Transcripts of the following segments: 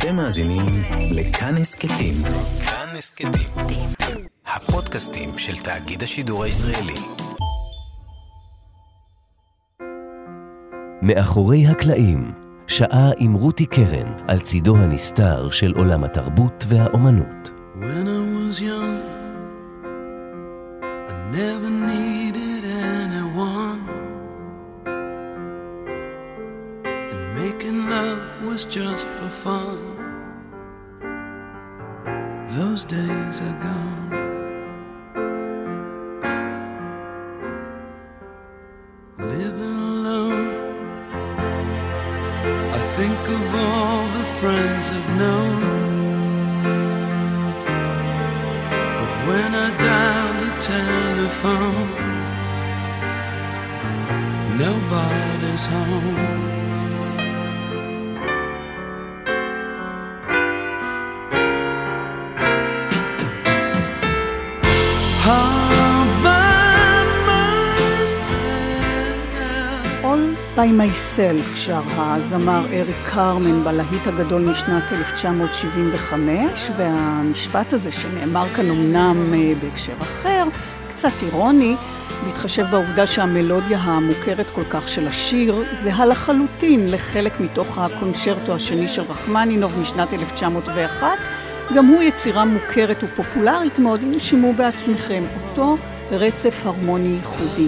אתם מאזינים לכאן הסקטים. כאן הסקטים. הפודקאסטים של תאגיד השידור הישראלי. מאחורי הקלעים, שעה עם רותי קרן על צידו הנסתר של עולם התרבות והאומנות. When I was young, I never needed anyone, and making love was just for fun. Those days are gone. Living alone, I think of all the friends I've known. But when I dial the telephone, nobody's home. By Myself שר הזמר אריק קרמן בלהיט הגדול משנת 1975, והמשפט הזה שנאמר כאן אמנם בהקשר אחר, קצת אירוני, בהתחשב בעובדה שהמלודיה המוכרת כל כך של השיר זהה לחלוטין לחלק מתוך הקונצ'רטו השני של רחמנינוב משנת 1901, גם הוא יצירה מוכרת ופופולרית מאוד, הנה שימו בעצמכם אותו רצף הרמוני ייחודי.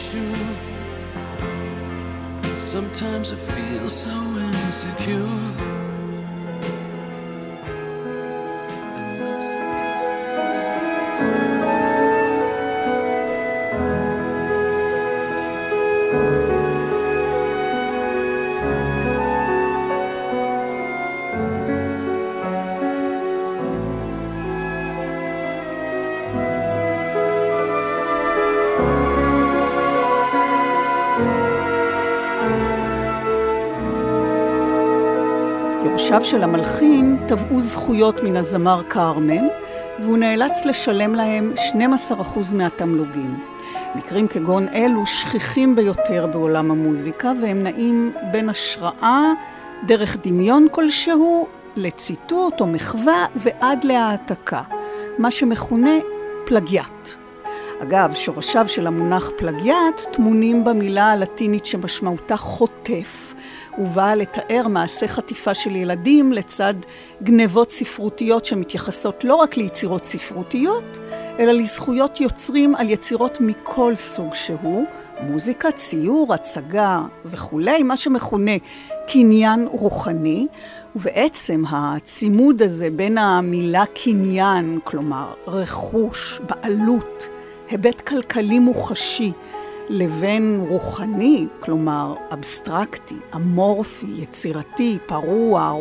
Sometimes I feel so insecure. יורשיו של המלחין תבעו זכויות מן הזמר קרמן, והוא נאלץ לשלם להם 12% מהתמלוגים. מקרים כגון אלו שכיחים ביותר בעולם המוזיקה, והם נעים בין השראה, דרך דמיון כלשהו, לציטוט או מחווה ועד להעתקה, מה שמכונה פלגיאט. אגב, שורשיו של המונח פלגיאט טמונים במילה הלטינית שמשמעותה חוטף, ובאה לתאר מעשה חטיפה של ילדים לצד גנבות ספרותיות שמתייחסות לא רק ליצירות ספרותיות, אלא לזכויות יוצרים על יצירות מכל סוג שהוא, מוזיקה, ציור, הצגה וכו', מה שמכונה קניין רוחני, ובעצם הצימוד הזה בין המילה קניין, כלומר רכוש, בעלות, היבט כלכלי מוחשי, לבין רוחני, כלומר אבסטרקטי, אמורפי, יצירתי, פרוע,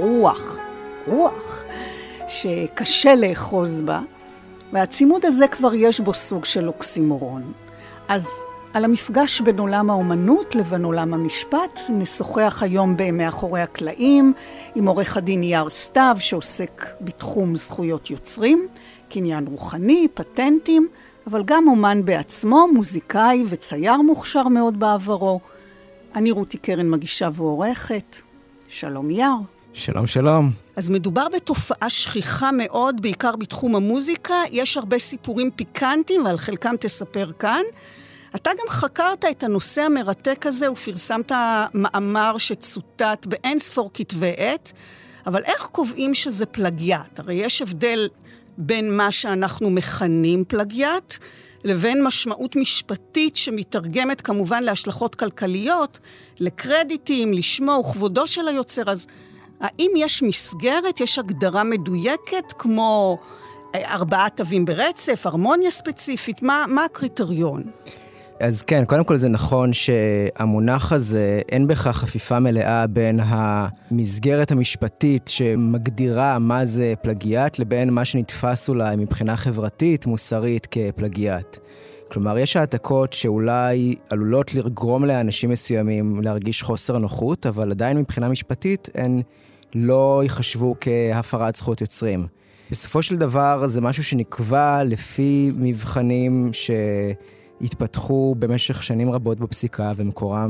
רוח, שקשה לאחוז בה, והצימוד הזה כבר יש בו סוג של אוקסימורון. אז על המפגש בין עולם האומנות לבין עולם המשפט נשוחח היום במאחורי הקלעים עם עורך הדין יאיר סתיו שעוסק בתחום זכויות יוצרים, קניין רוחני, פטנטים, אבל גם אומן בעצמו, מוזיקאי וצייר מוכשר מאוד בעברו. אני רותי קרן מגישה ועורכת. שלום יאיר. שלום שלום. אז מדובר בתופעה שכיחה מאוד, בעיקר בתחום המוזיקה. יש הרבה סיפורים פיקנטיים, ועל חלקם תספר כאן. אתה גם חקרת את הנושא המרתק הזה, ופרסמת מאמר שצוטט באין ספור כתבי עת, אבל איך קובעים שזה פלגיאט? הרי יש הבדל בין מה שאנחנו מכנים פלגיאט, לבין משמעות משפטית שמתרגמת כמובן להשלכות כלכליות, לקרדיטים, לשמו וכבודו של היוצר. אז האם יש מסגרת, יש הגדרה מדויקת, כמו 4 תווים ברצף, הרמוניה ספציפית, מה הקריטריון? אז כן, קודם כל זה נכון שהמונח הזה אין בכך חפיפה מלאה בין המסגרת המשפטית שמגדירה מה זה פלגיאט, לבין מה שנתפס אולי מבחינה חברתית, מוסרית כפלגיאט. כלומר, יש העתקות שאולי עלולות לגרום לאנשים מסוימים להרגיש חוסר נוחות, אבל עדיין מבחינה משפטית הן לא יחשבו כהפרת זכויות יוצרים. בסופו של דבר זה משהו שנקבע לפי מבחנים שהתפתחו במשך שנים רבות בפסיקה, ומקורם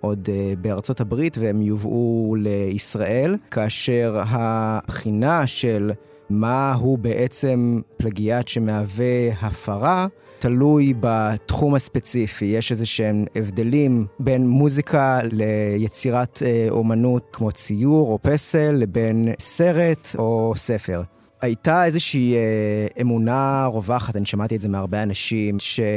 עוד בארצות הברית והם יובאו לישראל, כאשר הבחינה של מהו בעצם פלגיאט שמהווה הפרה, תלוי בתחום הספציפי. יש איזה שהם הבדלים בין מוזיקה ליצירת אומנות כמו ציור או פסל, לבין סרט או ספר. הייתה איזושהי אמונה רווחת, אני שמעתי את זה מהרבה אנשים,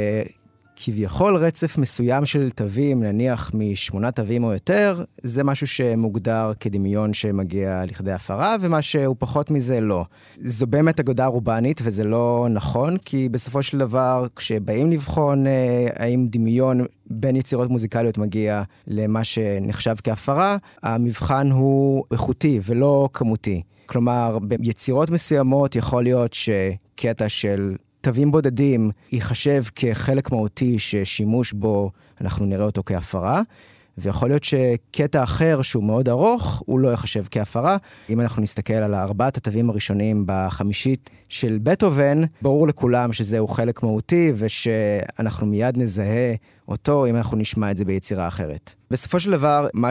כביכול רצף מסוים של תווים, נניח מ8 תווים או יותר, זה משהו שמוגדר כדמיון שמגיע לכדי הפרה, ומה שהוא פחות מזה לא. זו באמת אגדה רובנית, וזה לא נכון, כי בסופו של דבר, כשבאים לבחון האם דמיון בין יצירות מוזיקליות מגיע למה שנחשב כהפרה, המבחן הוא איכותי ולא כמותי. כלומר, ביצירות מסוימות יכול להיות שקטע של תווים בודדים ייחשב כחלק מהותי ששימוש בו אנחנו נראה אותו כהפרה, ויכול להיות שקטע אחר שהוא מאוד ארוך הוא לא ייחשב כהפרה. אם אנחנו נסתכל על 4 התווים הראשונים בחמישית של בטהובן, ברור לכולם שזהו חלק מהותי ושאנחנו מיד נזהה אותו אם אנחנו נשמע את זה ביצירה אחרת. בסופו של דבר, מה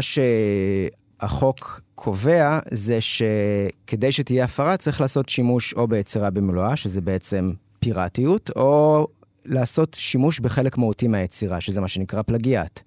שהחוק קובע זה שכדי שתהיה הפרה צריך לעשות שימוש או ביצירה במלואה, שזה בעצם פיראטיות, או לעשות שימוש בחלק מהותי מהיצירה, שזה מה שנקרא פלגיאט.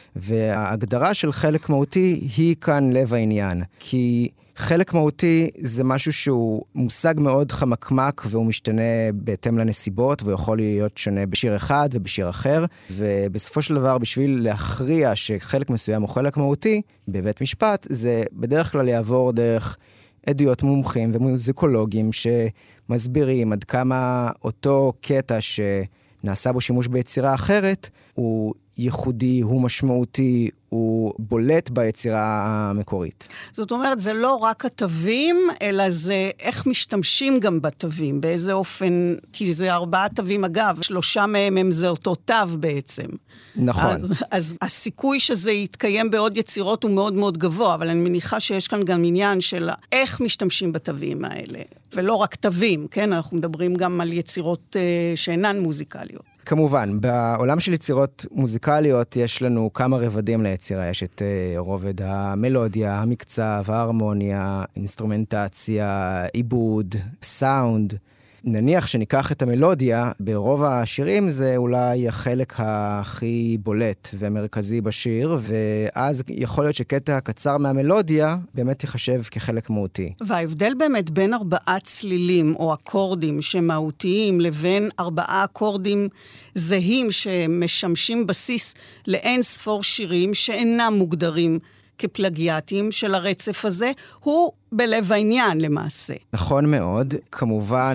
וההגדרה של חלק מהותי היא כאן לב העניין, כי חלק מהותי זה משהו שהוא מושג מאוד חמקמק, והוא משתנה בהתאם לנסיבות, והוא יכול להיות שונה בשיר אחד ובשיר אחר, ובסופו של דבר, בשביל להכריע שחלק מסוים הוא חלק מהותי, בבית משפט, זה בדרך כלל יעבור דרך עדויות מומחים ומוזיקולוגים שמסבירים עד כמה אותו קטע שנעשה בו שימוש ביצירה אחרת הוא ייחודי, הוא משמעותי, הוא בולט ביצירה המקורית. זאת אומרת, זה לא רק התווים, אלא זה איך משתמשים גם בתווים, באיזה אופן, כי זה 4 תווים אגב, 3 מהם הם זה אותו תו בעצם. נכון. אז הסיכוי שזה יתקיים בעוד יצירות הוא מאוד מאוד גבוה, אבל אני מניחה שיש כאן גם עניין של איך משתמשים בתווים האלה, ולא רק תווים, כן? אנחנו מדברים גם על יצירות שאינן מוזיקליות. כמובן, בעולם של יצירות מוזיקליות יש לנו כמה רבדים ליצירה. יש את רובד המלודיה, המקצב, ההרמוניה, אינסטרומנטציה, עיבוד, סאונד. נניח שניקח את המלודיה, ברוב השירים זה אולי החלק הכי בולט ומרכזי בשיר, ואז יכול להיות שקטע קצר מהמלודיה באמת יחשב כחלק מהותי. וההבדל באמת בין 4 צלילים או אקורדים שמהותיים לבין 4 אקורדים זהים שמשמשים בסיס לאין ספור שירים שאינם מוגדרים כפלגיאטים של הרצף הזה, הוא בלב העניין למעשה. נכון מאוד. כמובן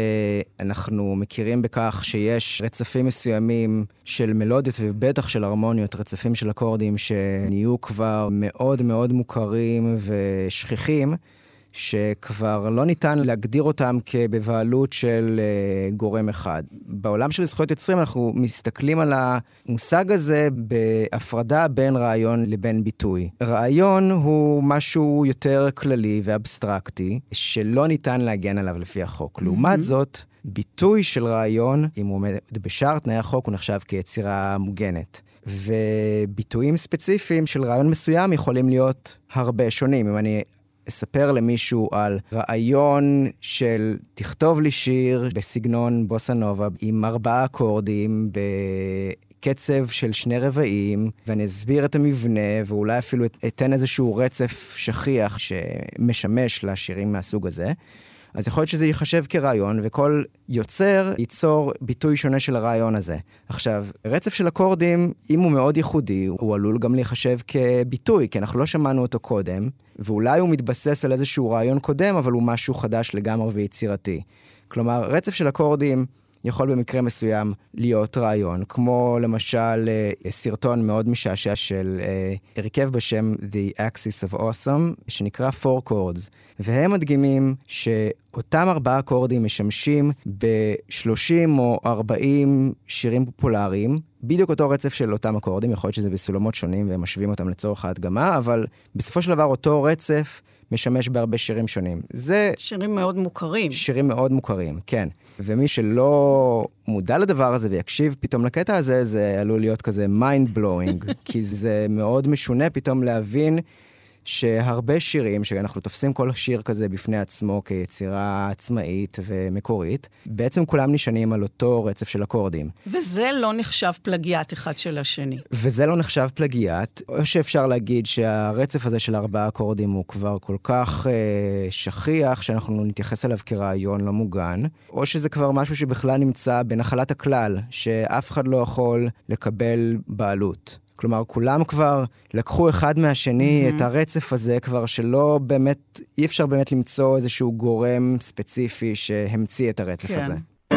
שאנחנו מכירים בכך שיש רצפים מסוימים של מלודיות ובטח של הרמוניות, רצפים של אקורדים שנהיו כבר מאוד מאוד מוכרים ושכיחים, שכבר לא ניתן להגדיר אותם כבבעלות של גורם אחד. בעולם של זכויות יוצרים אנחנו מסתכלים על המושג הזה בהפרדה בין רעיון לבין ביטוי. רעיון הוא משהו יותר כללי ואבסטרקטי, שלא ניתן להגן עליו לפי החוק. לעומת זאת, ביטוי של רעיון, אם הוא עומד בשאר תנאי החוק, הוא נחשב כיצירה מוגנת. וביטויים ספציפיים של רעיון מסוים יכולים להיות הרבה שונים. אם אני אספר למישהו על רעיון של תכתוב לי שיר בסגנון בוסה נובה עם 4 אקורדים בקצב של 2 רבעים, ואני אסביר את המבנה ואולי אפילו אתן איזשהו רצף שכיח שמשמש לשירים מהסוג הזה, אז יכול להיות שזה ייחשב כרעיון, וכל יוצר ייצור ביטוי שונה של הרעיון הזה. עכשיו, רצף של אקורדים, אם הוא מאוד ייחודי, הוא עלול גם להיחשב כביטוי, כי אנחנו לא שמענו אותו קודם, ואולי הוא מתבסס על איזשהו רעיון קודם, אבל הוא משהו חדש לגמרי ויצירתי. כלומר, רצף של אקורדים יכול במקרה מסוים להיות רעיון, כמו למשל סרטון מאוד משעשע של הרכב בשם The Axis of Awesome, שנקרא 4 Chords, והם מדגימים שאותם 4 אקורדים משמשים ב-30 או 40 שירים פופולריים, בדיוק אותו רצף של אותם אקורדים, יכול להיות שזה בסולמות שונים והם משווים אותם לצורך ההדגמה, אבל בסופו של דבר אותו רצף משמש בהרבה שירים שונים. זה... שירים מאוד מוכרים. שירים מאוד מוכרים, כן. ומי שלא מודע לדבר הזה ויקשיב פתאום לקטע הזה, זה עלול להיות כזה mind blowing, כי זה מאוד משונה פתאום להבין שהרבה שירים, שאנחנו תופסים כל שיר כזה בפני עצמו כיצירה עצמאית ומקורית, בעצם כולם נשענים על אותו רצף של אקורדים. וזה לא נחשב פלגיאט אחד של השני. וזה לא נחשב פלגיאט, או שאפשר להגיד שהרצף הזה של 4 אקורדים הוא כבר כל כך שכיח, שאנחנו נתייחס אליו כרעיון לא מוגן, או שזה כבר משהו שבכלל נמצא בנחלת הכלל, שאף אחד לא יכול לקבל בעלות. כלומר, כולם כבר לקחו אחד מהשני את הרצף הזה, כבר שלא באמת, אי אפשר באמת למצוא איזשהו גורם ספציפי שהמציא את הרצף הזה.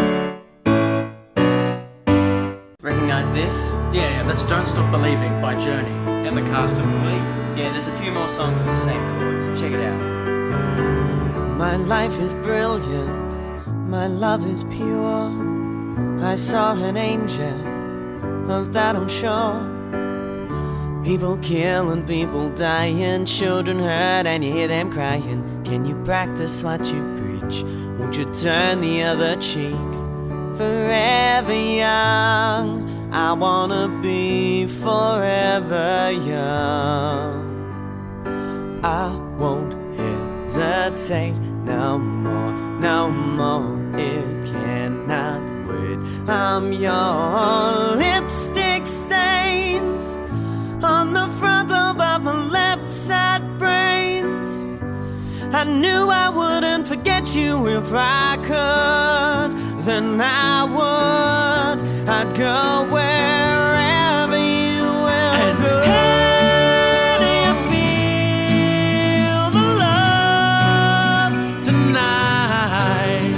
Recognize this? Yeah, that's Don't Stop Believing by Journey. And the cast of Glee? Yeah, there's a few more songs with the same chords. Check it out. My life is brilliant. My love is pure. I saw an angel. Of that I'm sure. People kill and people die and children hurt and you hear them crying. Can you practice what you preach? Won't you turn the other cheek? Forever young, I wanna be forever young. I won't hesitate no more, no more. It cannot wait. I'm your lipstick stains on the front lobe of my left side brains. I knew I wouldn't forget you if I could. Then I would. I'd go wherever you will and go. Can you feel the love tonight?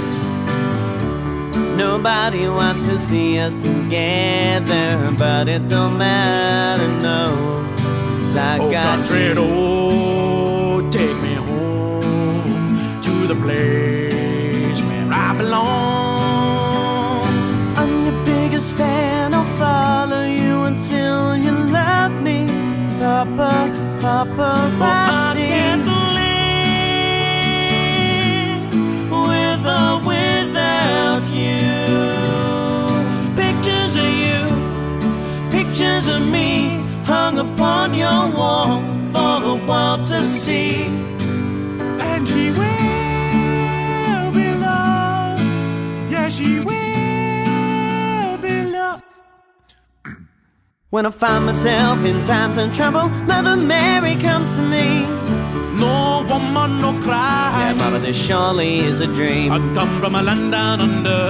Nobody wants to see us together, but it don't matter, no. 'Cause I got country you. road, take me home to the place where I belong. I'm your biggest fan, I'll follow you until you love me. Papa, paparazzi. I can't live with or without you. Pictures of you, pictures of me, hung upon your wall for the world to see. And she will be loved. Yeah, she will be loved. When I find myself in times of trouble, Mother Mary comes to me. No woman, no cry. Yeah, Mama, this surely is a dream. I come from a land down under.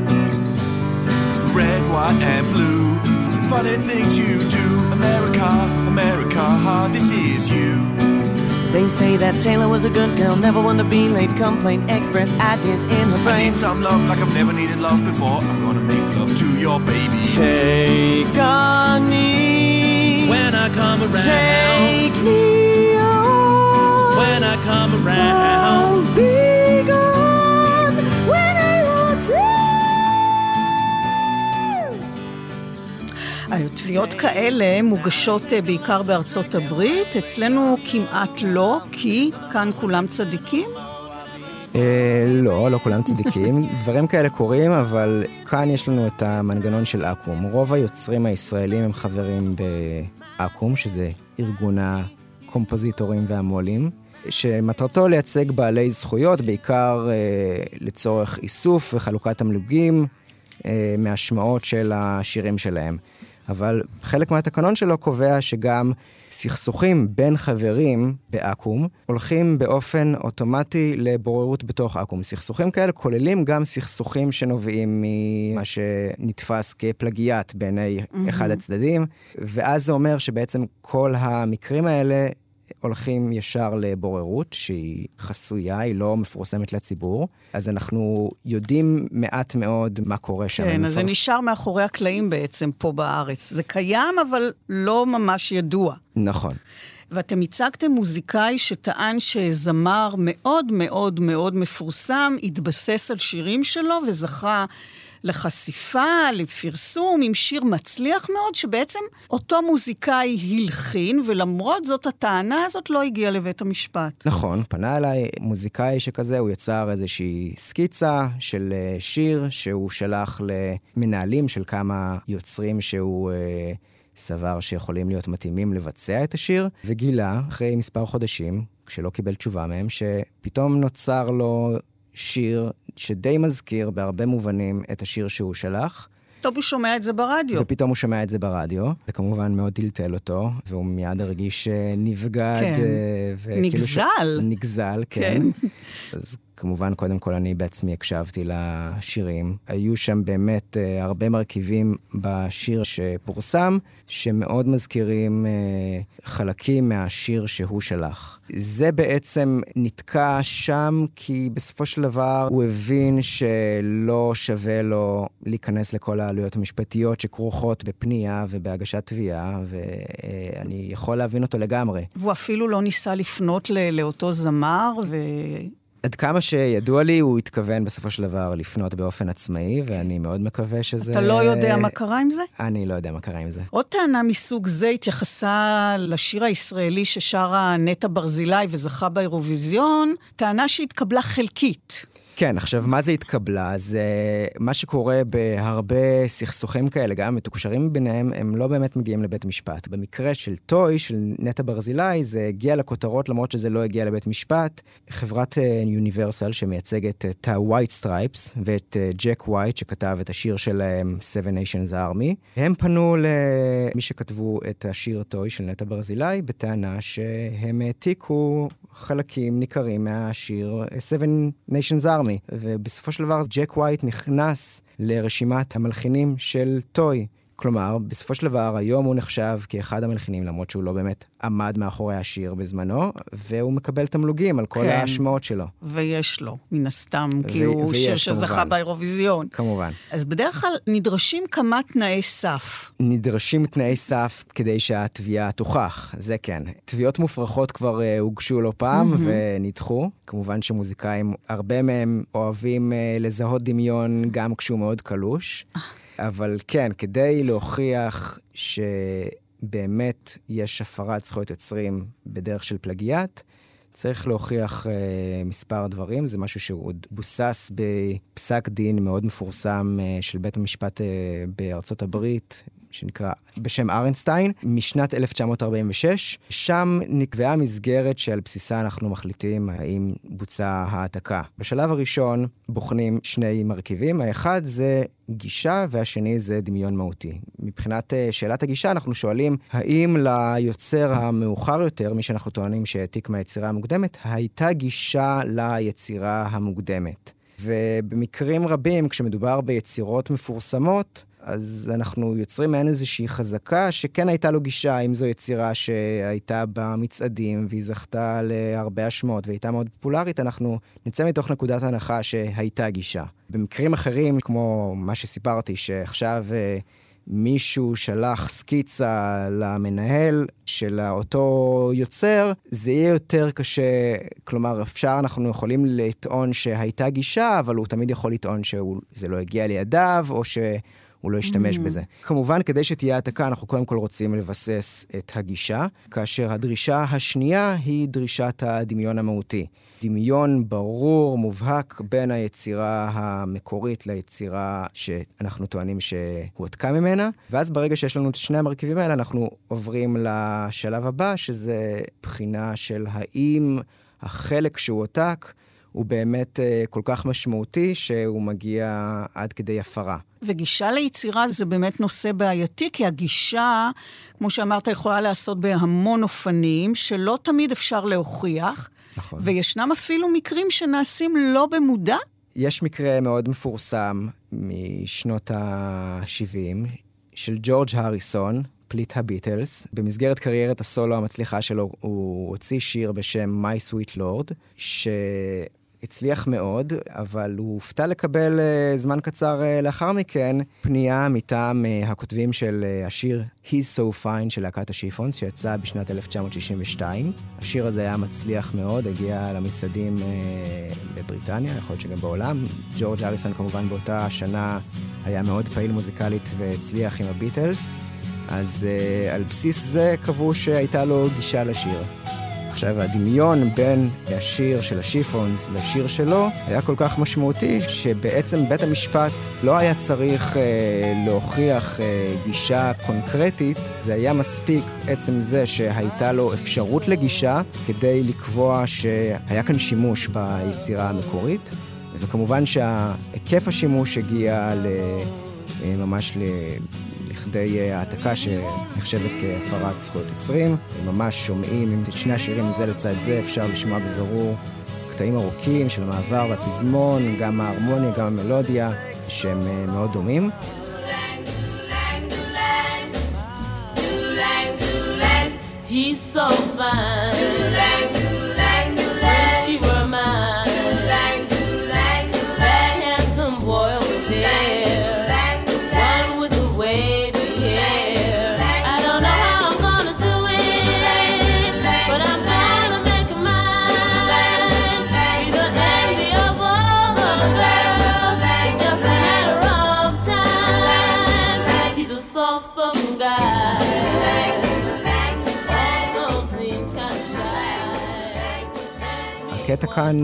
Red, white, and blue. Funny things you do. America, America, this is you. They say that Taylor was a good girl, never one to be late, complain, express ideas in her I brain. need some love like I've never needed love before. I'm gonna make love to your baby. Take on me When I come around. Take me on When I come around. I'll be gone when I want to. תביעות כאלה מוגשות בעיקר בארצות הברית, אצלנו כמעט לא, כי כאן כולם צדיקים? לא כולם צדיקים. דברים כאלה קורים, אבל כאן יש לנו את המנגנון של אקום. רוב היוצרים הישראלים הם חברים באקום, שזה ארגון הקומפוזיטורים והמו"לים, שמטרתו לייצג בעלי זכויות, בעיקר לצורך איסוף וחלוקת תמלוגים מהשמעות של השירים שלהם. אבל חלק מהתקנון שלו קובע שגם סכסוכים בין חברים באקום הולכים באופן אוטומטי לבוררות בתוך אקום. סכסוכים כאלה כוללים גם סכסוכים שנובעים ממה שנתפס כפלגיאט בעיני אחד הצדדים, ואז זה אומר שבעצם כל המקרים האלה הולכים ישר לבוררות שהיא חסויה, היא לא מפורסמת לציבור, אז אנחנו יודעים מעט מאוד מה קורה שם. כן, אז זה נשאר מאחורי הקלעים בעצם פה בארץ. זה קיים, אבל לא ממש ידוע. נכון. ואתם הצגתם מוזיקאי שטען שזמר מאוד מאוד מאוד מפורסם, התבסס על שירים שלו וזכה לחשיפה, לפרסום, עם שיר מצליח מאוד, שבעצם אותו מוזיקאי הלחין, ולמרות זאת הטענה הזאת לא הגיעה לבית המשפט. נכון, פנה אליי מוזיקאי שכזה, הוא יצר איזושהי סקיצה של שיר שהוא שלח למנהלים של כמה יוצרים שהוא סבר שיכולים להיות מתאימים לבצע את השיר, וגילה אחרי מספר חודשים, כשלא קיבל תשובה מהם, שפתאום נוצר לו שיר שדי מזכיר בהרבה מובנים את השיר שהוא שלח. טוב, הוא שומע את זה ברדיו. ופתאום הוא שומע את זה ברדיו. זה כמובן מאוד טלטל אותו, והוא מיד הרגיש נבגד. כן. נגזל. נגזל, כן. אז כמובן, קודם כל אני בעצמי הקשבתי לשירים. היו שם באמת הרבה מרכיבים בשיר שפורסם, שמאוד מזכירים חלקים מהשיר שהוא שלח. זה בעצם נתקע שם, כי בסופו של דבר הוא הבין שלא שווה לו להיכנס לכל העלויות המשפטיות שכרוכות בפנייה ובהגשת תביעה, ואני יכול להבין אותו לגמרי. והוא אפילו לא ניסה לפנות לאותו זמר עד כמה שידוע לי, הוא התכוון בסופו של דבר לפנות באופן עצמאי, ואני מאוד מקווה שזה... אתה לא יודע מה קרה עם זה? אני לא יודע מה קרה עם זה. עוד טענה מסוג זה התייחסה לשיר הישראלי ששרה נטע ברזילי וזכה באירוויזיון, טענה שהתקבלה חלקית. כן, עכשיו, מה זה התקבלה? זה מה שקורה בהרבה סכסוכים כאלה, גם מתוקשרים ביניהם, הם לא באמת מגיעים לבית משפט. במקרה של טוי, של נטע ברזילי, זה הגיע לכותרות, למרות שזה לא הגיע לבית משפט. חברת יוניברסל, שמייצגת את ה-White Stripes, ואת ג'ק ווייט, שכתב את השיר שלהם, Seven Nations Army. הם פנו למי שכתבו את השיר טוי של נטע ברזילי, בטענה שהם העתיקו חלקים ניכרים מהשיר Seven Nations Army. ובסופו של דבר ג'ק ווייט נכנס לרשימת המלחינים של טוי. כלומר, בסופו של דבר, היום הוא נחשב כאחד המלחינים, למרות שהוא לא באמת עמד מאחורי השיר בזמנו, והוא מקבל תמלוגים על כל ההשמעות שלו. ויש לו, מן הסתם, כי הוא שיר שזכה באירוויזיון. כמובן. אז בדרך כלל נדרשים כמה תנאי סף. נדרשים תנאי סף כדי שהתביעה תוכח, זה כן. תביעות מופרכות כבר הוגשו לא פעם ונדחו. כמובן שמוזיקאים, הרבה מהם אוהבים לזהות דמיון גם כשהוא מאוד קלוש. אבל כן, כדי להוכיח שבאמת יש הפרת זכויות יוצרים בדרך של פלגיאט, צריך להוכיח מספר דברים. זה משהו שעוד בוסס בפסק דין מאוד מפורסם של בית המשפט בארצות הברית, שנקרא בשם ארנסטיין, משנת 1946. שם נקבעה מסגרת שעל בסיסה אנחנו מחליטים האם בוצעה העתקה. בשלב הראשון בוחנים שני מרכיבים. האחד זה גישה והשני זה דמיון מהותי. מבחינת שאלת הגישה אנחנו שואלים האם ליוצר המאוחר יותר, מי שאנחנו טוענים שהעתיק מהיצירה המוקדמת, הייתה גישה ליצירה המוקדמת. ובמקרים רבים, כשמדובר ביצירות מפורסמות, אז אנחנו יוצרים מעין איזושהי חזקה שכן הייתה לו גישה, אם זו יצירה שהייתה במצעדים והיא זכתה להרבה השמעות והייתה מאוד פופולרית, אנחנו נצא מתוך נקודת הנחה שהייתה גישה. במקרים אחרים, כמו מה שסיפרתי, שעכשיו מישהו שלח סקיצה למנהל של אותו יוצר, זה יהיה יותר קשה, כלומר, אנחנו יכולים לטעון שהייתה גישה, אבל הוא תמיד יכול לטעון שזה לא הגיע לידיו, או שהוא לא ישתמש בזה. כמובן, כדי שתהיה העתקה, אנחנו קודם כל רוצים לבסס את הגישה, כאשר הדרישה השנייה היא דרישת הדמיון המהותי. דמיון ברור, מובהק, בין היצירה המקורית ליצירה שאנחנו טוענים שהועתקה ממנה, ואז ברגע שיש לנו את שני המרכיבים האלה, אנחנו עוברים לשלב הבא, שזה בחינה של האם החלק שהוא הועתק, הוא באמת כל כך משמעותי שהוא מגיע עד כדי הפרה. וגישה ליצירה זה באמת נושא בעייתי, כי הגישה, כמו שאמרת, יכולה לעשות בהמון אופנים, שלא תמיד אפשר להוכיח, נכון. וישנם אפילו מקרים שנעשים לא במודע. יש מקרה מאוד מפורסם משנות ה-70 של ג'ורג' הריסון, פליט הביטלס. במסגרת קריירת הסולו המצליחה שלו, הוא הוציא שיר בשם My Sweet Lord, שהצליח מאוד, אבל הוא הופתע לקבל זמן קצר לאחר מכן פנייה מטעם הכותבים של השיר He's So Fine של להקת השיפונס, שיצא בשנת 1962. השיר הזה היה מצליח מאוד, הגיע למצעדים בבריטניה, יכול להיות שגם בעולם. ג'ורג' הריסון כמובן באותה שנה היה מאוד פעיל מוזיקלית והצליח עם הביטלס, אז על בסיס זה קבעו שהייתה לו גישה לשיר. עכשיו, הדמיון בין השיר של השיפונס לשיר שלו היה כל כך משמעותי שבעצם בית המשפט לא היה צריך להוכיח גישה קונקרטית. זה היה מספיק עצם זה שהייתה לו אפשרות לגישה כדי לקבוע שהיה כאן שימוש ביצירה המקורית, וכמובן שההיקף השימוש הגיע ממש לכדי העתקה שנחשבת כהפרת זכויות יוצרים. ממש שומעים את שני השירים זה לצד זה, אפשר לשמוע בבירור קטעים ארוכים של המעבר והפזמון, גם ההרמוניה, גם המלודיה, שהם מאוד דומים. He's so fine. Wish you were mine. That handsome boy over there. One with the wavy hair. I don't know how I'm gonna do it, but I'm gonna make it mine. He's the envy of all the girls. It's just a matter of time. He's a soft-spoken guy. הקטע כאן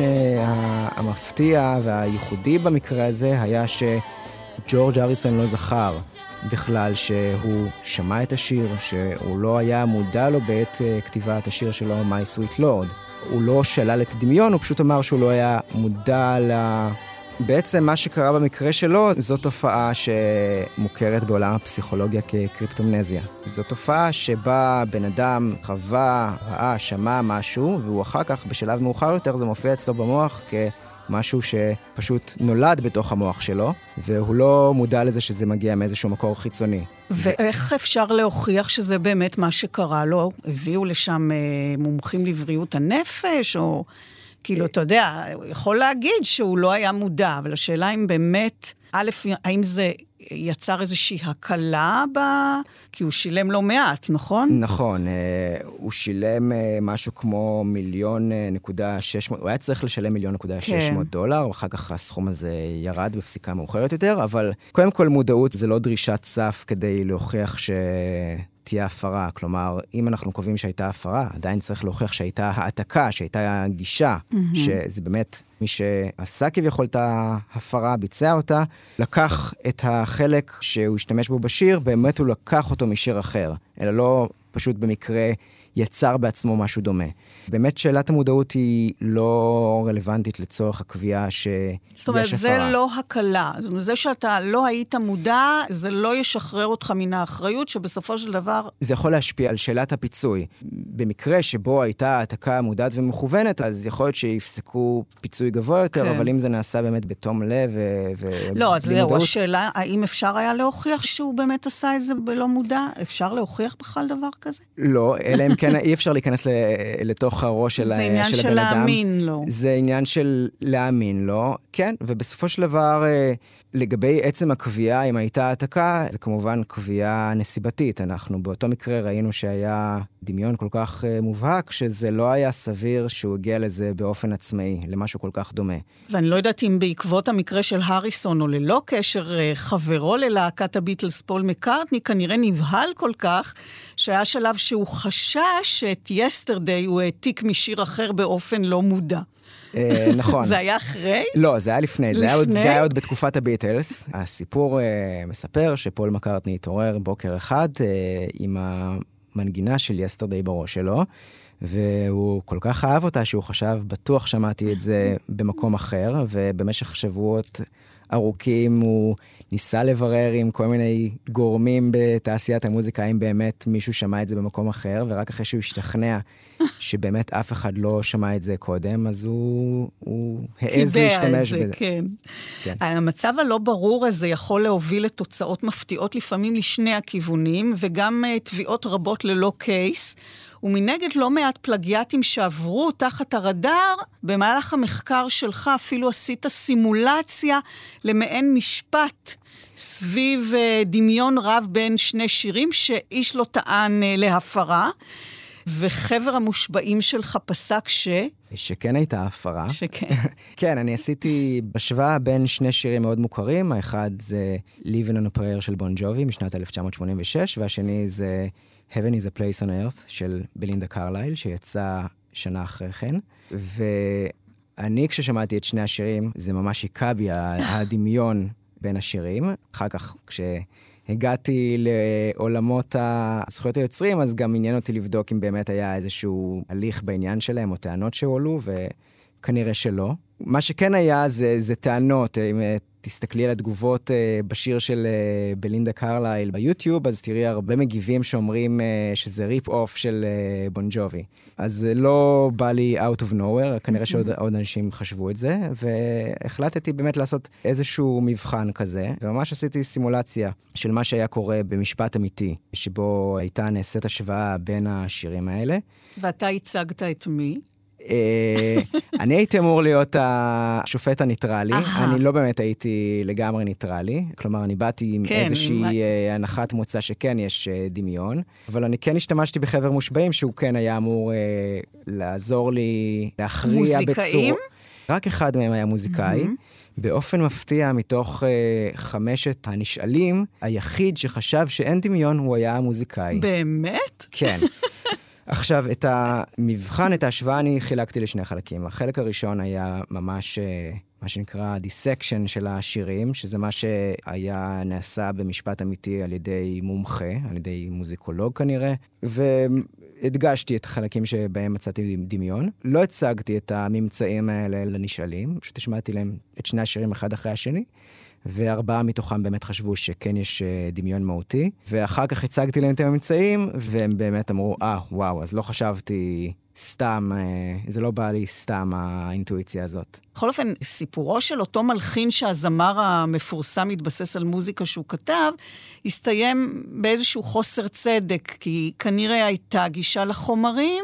המפתיע והייחודי במקרה הזה היה שג'ורג' הריסון לא זכר בכלל שהוא שמע את השיר, שהוא לא היה מודע לו בעת כתיבת השיר שלו My Sweet Lord. הוא לא שלל את הדמיון, הוא פשוט אמר שהוא לא היה מודע בעצם מה שקרה במקרה שלו, זו תופעה שמוכרת בעולם הפסיכולוגיה כקריפטומנזיה. זו תופעה שבה בן אדם חווה, ראה, שמע משהו, והוא אחר כך בשלב מאוחר יותר זה מופיע אצלו במוח כמשהו שפשוט נולד בתוך המוח שלו, והוא לא מודע לזה שזה מגיע מאיזשהו מקור חיצוני. ואיך אפשר להוכיח שזה באמת מה שקרה לו? הביאו לשם מומחים לבריאות הנפש, או כאילו, אתה יודע, הוא יכול להגיד שהוא לא היה מודע, אבל השאלה אם באמת, א', האם זה יצר איזושהי הקלה כי הוא שילם לא מעט, נכון? נכון, הוא שילם משהו כמו $1,600,000, הוא היה צריך לשלם $1,600,000, ואחר כך הסכום הזה ירד בפסיקה מאוחרת יותר, אבל קודם כל מודעות זה לא דרישת סף כדי להוכיח תהיה הפרה. כלומר, אם אנחנו קובעים שהייתה הפרה, עדיין צריך להוכיח שהייתה העתקה, שהייתה גישה, שזה באמת מי שעשה כביכול את ההפרה, ביצע אותה, לקח את החלק שהוא השתמש בו בשיר, באמת הוא לקח אותו משיר אחר, אלא לא פשוט במקרה יצר בעצמו משהו דומה. באמת שאלת המודעות היא לא רלוונטית לצורך הקביעה שיש הפרה. זאת אומרת, זה לא הקלה. זה שאתה לא היית מודע, זה לא ישחרר אותך מן האחריות, שבסופו של דבר זה יכול להשפיע על שאלת הפיצוי. במקרה שבו הייתה העתקה מודעת ומכוונת, אז יכול להיות שיפסקו פיצוי גבוה יותר, אבל אם זה נעשה באמת בתום לב לא, אז זהו, השאלה, האם אפשר היה להוכיח שהוא באמת עשה את זה בלא מודע? אפשר להוכיח בכלל דבר כזה? לא, אלא אם כן אי אפשר להיכנס לתוך הראש של הבן אדם. זה עניין של להאמין לו. זה עניין של להאמין לו, כן, ובסופו של דבר, לגבי עצם הקביעה, אם הייתה העתקה, זה כמובן קביעה נסיבתית. אנחנו באותו מקרה ראינו שהיה דמיון כל כך מובהק, שזה לא היה סביר שהוא הגיע לזה באופן עצמאי, למשהו כל כך דומה. ואני לא יודעת אם בעקבות המקרה של הריסון, או ללא קשר חברו ללהקת הביטלס פול מקארטני, כנראה נבהל כל כך, שהיה שלב שהוא חשש שאת יסטרדיי הוא העתיק משיר אחר באופן לא מודע. נכון. זה היה אחרי? לא, זה היה לפני. זה היה עוד בתקופת הביטלס. הסיפור מספר שפול מקארטני התעורר בוקר אחד עם המנגינה של יסטרדיי בראש שלו, והוא כל כך אהב אותה שהוא חשב, בטוח שמעתי את זה במקום אחר, ובמשך שבועות ארוכים הוא ניסה לברר עם כל מיני גורמים בתעשיית המוזיקה, אם באמת מישהו שמע את זה במקום אחר, ורק אחרי שהוא השתכנע שבאמת אף אחד לא שמע את זה קודם, אז הוא העז להשתמש בזה. כן. המצב הלא ברור הזה יכול להוביל לתוצאות מפתיעות לפעמים לשני הכיוונים, וגם תביעות רבות ללא קייס, ומנגד לא מעט פלגיאטים שעברו תחת הרדאר. במהלך המחקר שלך אפילו עשית סימולציה למעין משפט סביב דמיון רב בין שני שירים שאיש לא טען להפרה, וחבר המושבעים שלך פסק שכן הייתה הפרה. שכן. כן, אני עשיתי בשוואה בין שני שירים מאוד מוכרים. האחד זה Living on a Prayer של בון ג'ובי משנת 1986, והשני זה Heaven is a Place on Earth של בלינדה קרלייל, שיצא שנה אחרי כן. ואני כששמעתי את שני השירים, זה ממש היכה בי הדמיון בין השירים. אחר כך כשהגעתי לעולמות הזכויות היוצרים, אז גם עניין אותי לבדוק אם באמת היה איזשהו הליך בעניין שלהם או טענות שהועלו, וכנראה שלא. מה שכן היה זה טענות. אם תסתכלי על התגובות בשיר של בלינדה קרלייל ביוטיוב, אז תראי הרבה מגיבים שאומרים שזה ריפ אוף של בון ג'ובי. אז זה לא בא לי out of nowhere, כנראה שעוד אנשים חשבו את זה, והחלטתי באמת לעשות איזשהו מבחן כזה, וממש עשיתי סימולציה של מה שהיה קורה במשפט אמיתי, שבו הייתה נעשית השוואה בין השירים האלה. ואתה הצגת את מי? אני הייתי אמור להיות השופט הניטרלי, אני לא באמת הייתי לגמרי ניטרלי, כלומר אני באתי עם איזושהי הנחת מוצא שכן יש דמיון, אבל אני כן השתמשתי בחבר מושבעים שהוא כן היה אמור לעזור לי להכריע בצורה. מוזיקאים? רק אחד מהם היה מוזיקאי. באופן מפתיע מתוך 5 הנשאלים, היחיד שחשב שאין דמיון הוא היה המוזיקאי. באמת? כן. עכשיו, את המבחן, את ההשוואה, אני חילקתי לשני חלקים. החלק הראשון היה ממש, מה שנקרא, דיסקשן של השירים, שזה מה שהיה נעשה במשפט אמיתי על ידי מומחה, על ידי מוזיקולוג כנראה, והדגשתי את החלקים שבהם מצאתי דמיון. לא הצגתי את הממצאים האלה לנשאלים, פשוט השמעתי להם את שני השירים אחד אחרי השני, ו4 מתוכם באמת חשבו שכן יש דמיון מהותי, ואחר כך הצגתי להם את הממצאים, והם באמת אמרו, וואו, אז לא חשבתי סתם, זה לא בא לי סתם האינטואיציה הזאת. בכל אופן, סיפורו של אותו מלחין שהזמר המפורסם התבסס על מוזיקה שהוא כתב, הסתיים באיזשהו חוסר צדק, כי כנראה הייתה גישה לחומרים,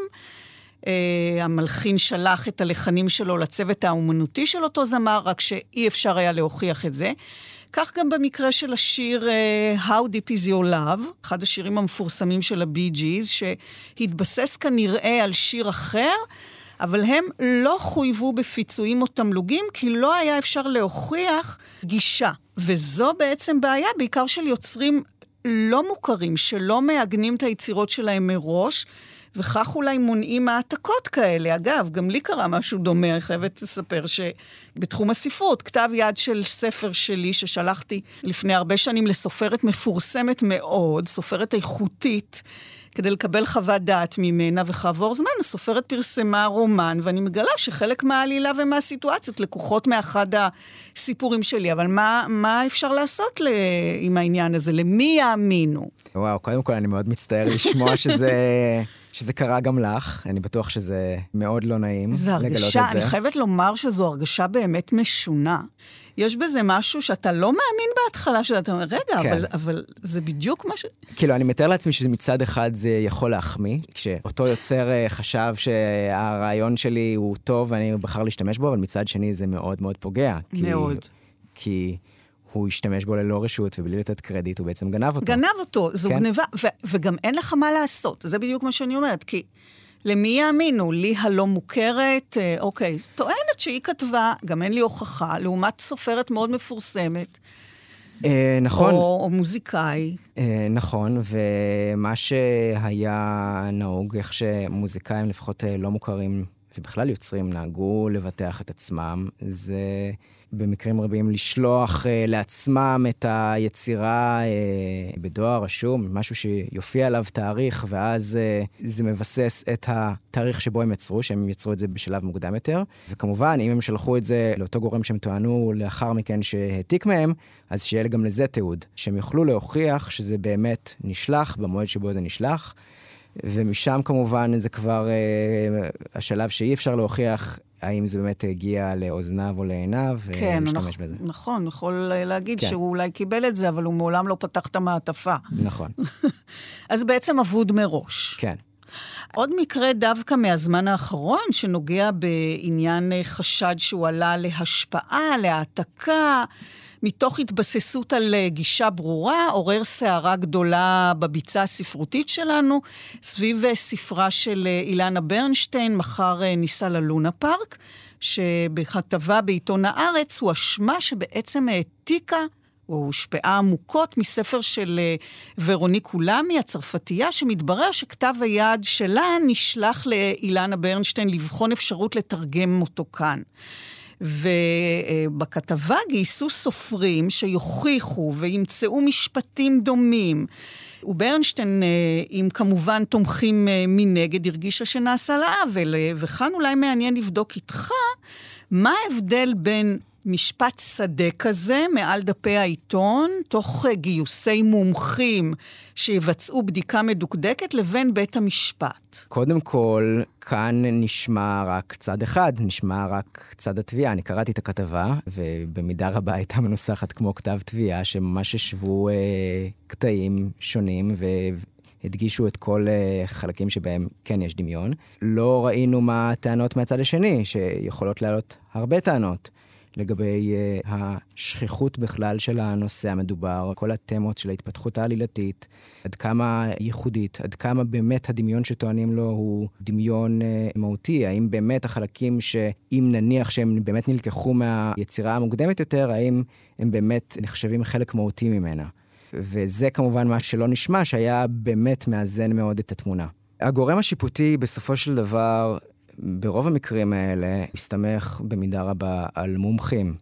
המלחין שלח את הלחנים שלו לצוות האומנותי של אותו זמר, רק שאי אפשר היה להוכיח את זה. כך גם במקרה של השיר How Deep Is Your Love, אחד השירים המפורסמים של הבי ג'יז, שהתבסס כנראה על שיר אחר, אבל הם לא חויבו בפיצויים או תמלוגים, כי לא היה אפשר להוכיח גישה. וזו בעצם בעיה, בעיקר של יוצרים לא מוכרים, שלא מעגנים את היצירות שלהם מראש, וכך אולי מונעים העתקות כאלה. אגב, גם לי קרה משהו דומה, אני חייבת לספר שבתחום הספרות, כתב יד של ספר שלי ששלחתי לפני הרבה שנים לסופרת מפורסמת מאוד, סופרת איכותית, כדי לקבל חוות דעת ממנה, וכעבור זמן הסופרת פרסמה רומן, ואני מגלה שחלק מהעלילה ומהסיטואציות לקוחות מאחד הסיפורים שלי, אבל מה אפשר לעשות עם העניין הזה? למי יאמינו? וואו, קודם כל אני מאוד מצטער לשמוע שזה קרה גם לך, אני בטוח שזה מאוד לא נעים לגלות את זה. אני חייבת לומר שזו הרגשה באמת משונה. יש בזה משהו שאתה לא מאמין בהתחלה, שאתה אומר, רגע, כן. אבל זה בדיוק מה כאילו, אני מתאר לעצמי שמצד אחד זה יכול להחמיא, כשאותו יוצר חשב שהרעיון שלי הוא טוב ואני בחר להשתמש בו, אבל מצד שני זה מאוד מאוד פוגע. מאוד. כי הוא השתמש בו ללא רשות, ובלי לתת קרדיט, הוא בעצם גנב אותו. גנב אותו, זו גנבה, וגם אין לך מה לעשות. זה בדיוק מה שאני אומרת, כי למי יאמינו? לי הלא מוכרת, אוקיי, טוענת שהיא כתבה, גם אין לי הוכחה, לעומת סופרת מאוד מפורסמת. נכון. או מוזיקאי. נכון, ומה שהיה נהוג, איך שמוזיקאים לפחות לא מוכרים, ובכלל יוצרים נהגו לבטח את עצמם, זה במקרים רבים לשלוח לעצמם את היצירה בדואר רשום, משהו שיופיע עליו תאריך, ואז זה מבסס את התאריך שבו הם יצרו, שהם יצרו את זה בשלב מוקדם יותר. וכמובן, אם הם שלחו את זה לאותו גורם שהם טוענו לאחר מכן שהעתיק מהם, אז שיהיה גם לזה תיעוד, שהם יוכלו להוכיח שזה באמת נשלח במועד שבו זה נשלח, ומשם כמובן זה כבר השלב שאי אפשר להוכיח האם זה באמת הגיע לאוזניו או לעיניו, ולהשתמש בזה. נכון, יכול להגיד שהוא אולי קיבל את זה, אבל הוא מעולם לא פתח את המעטפה. נכון. אז בעצם אבוד מראש. כן. עוד מקרה דווקא מהזמן האחרון, שנוגע בעניין חשד שהוא עלה להשפעה, להעתקה, מתוך התבססות על גישה ברורה, עורר סערה גדולה בביצה הספרותית שלנו, סביב ספרה של אילנה ברנשטיין, מחר ניסה ללונה פארק, שבכתבה בעיתון הארץ הוא אשמה שבעצם העתיקה, או הושפעה עמוקות מספר של ורוניק אולמי, הצרפתייה, שמתברר שכתב היד שלה נשלח לאילנה ברנשטיין לבחון אפשרות לתרגם אותו כאן. ובכתבה גייסו סופרים שיוכיחו וימצאו משפטים דומים. וברנשטיין, אם כמובן תומכים מנגד, הרגישה שנעשה לה עוול, וכאן אולי מעניין לבדוק איתך, מה ההבדל בין משפט שדה כזה מעל דפי העיתון, תוך גיוסי מומחים שיבצעו בדיקה מדוקדקת לבין בית המשפט? קודם כל, כאן נשמע רק צד אחד, נשמע רק צד התביעה. אני קראתי את הכתבה, ובמידה רבה הייתה מנוסחת כמו כתב תביעה, שממש ישבו קטעים שונים והדגישו את כל חלקים שבהם כן יש דמיון. לא ראינו מה הטענות מהצד השני, שיכולות לעלות הרבה טענות. לגבי השכיחות בכלל של הנושא המדובר, כל התמות של ההתפתחות העלילתית, עד כמה ייחודית, עד כמה באמת הדמיון שטוענים לו הוא דמיון מהותי, האם באמת החלקים שאם נניח שהם באמת נלקחו מהיצירה המוקדמת יותר, האם הם באמת נחשבים חלק מהותי ממנה. וזה כמובן מה שלא נשמע, שהיה באמת מאזן מאוד את התמונה. הגורם השיפוטי בסופו של דבר, ברוב המקרים האלה, הסתמך במידה רבה על מומחים.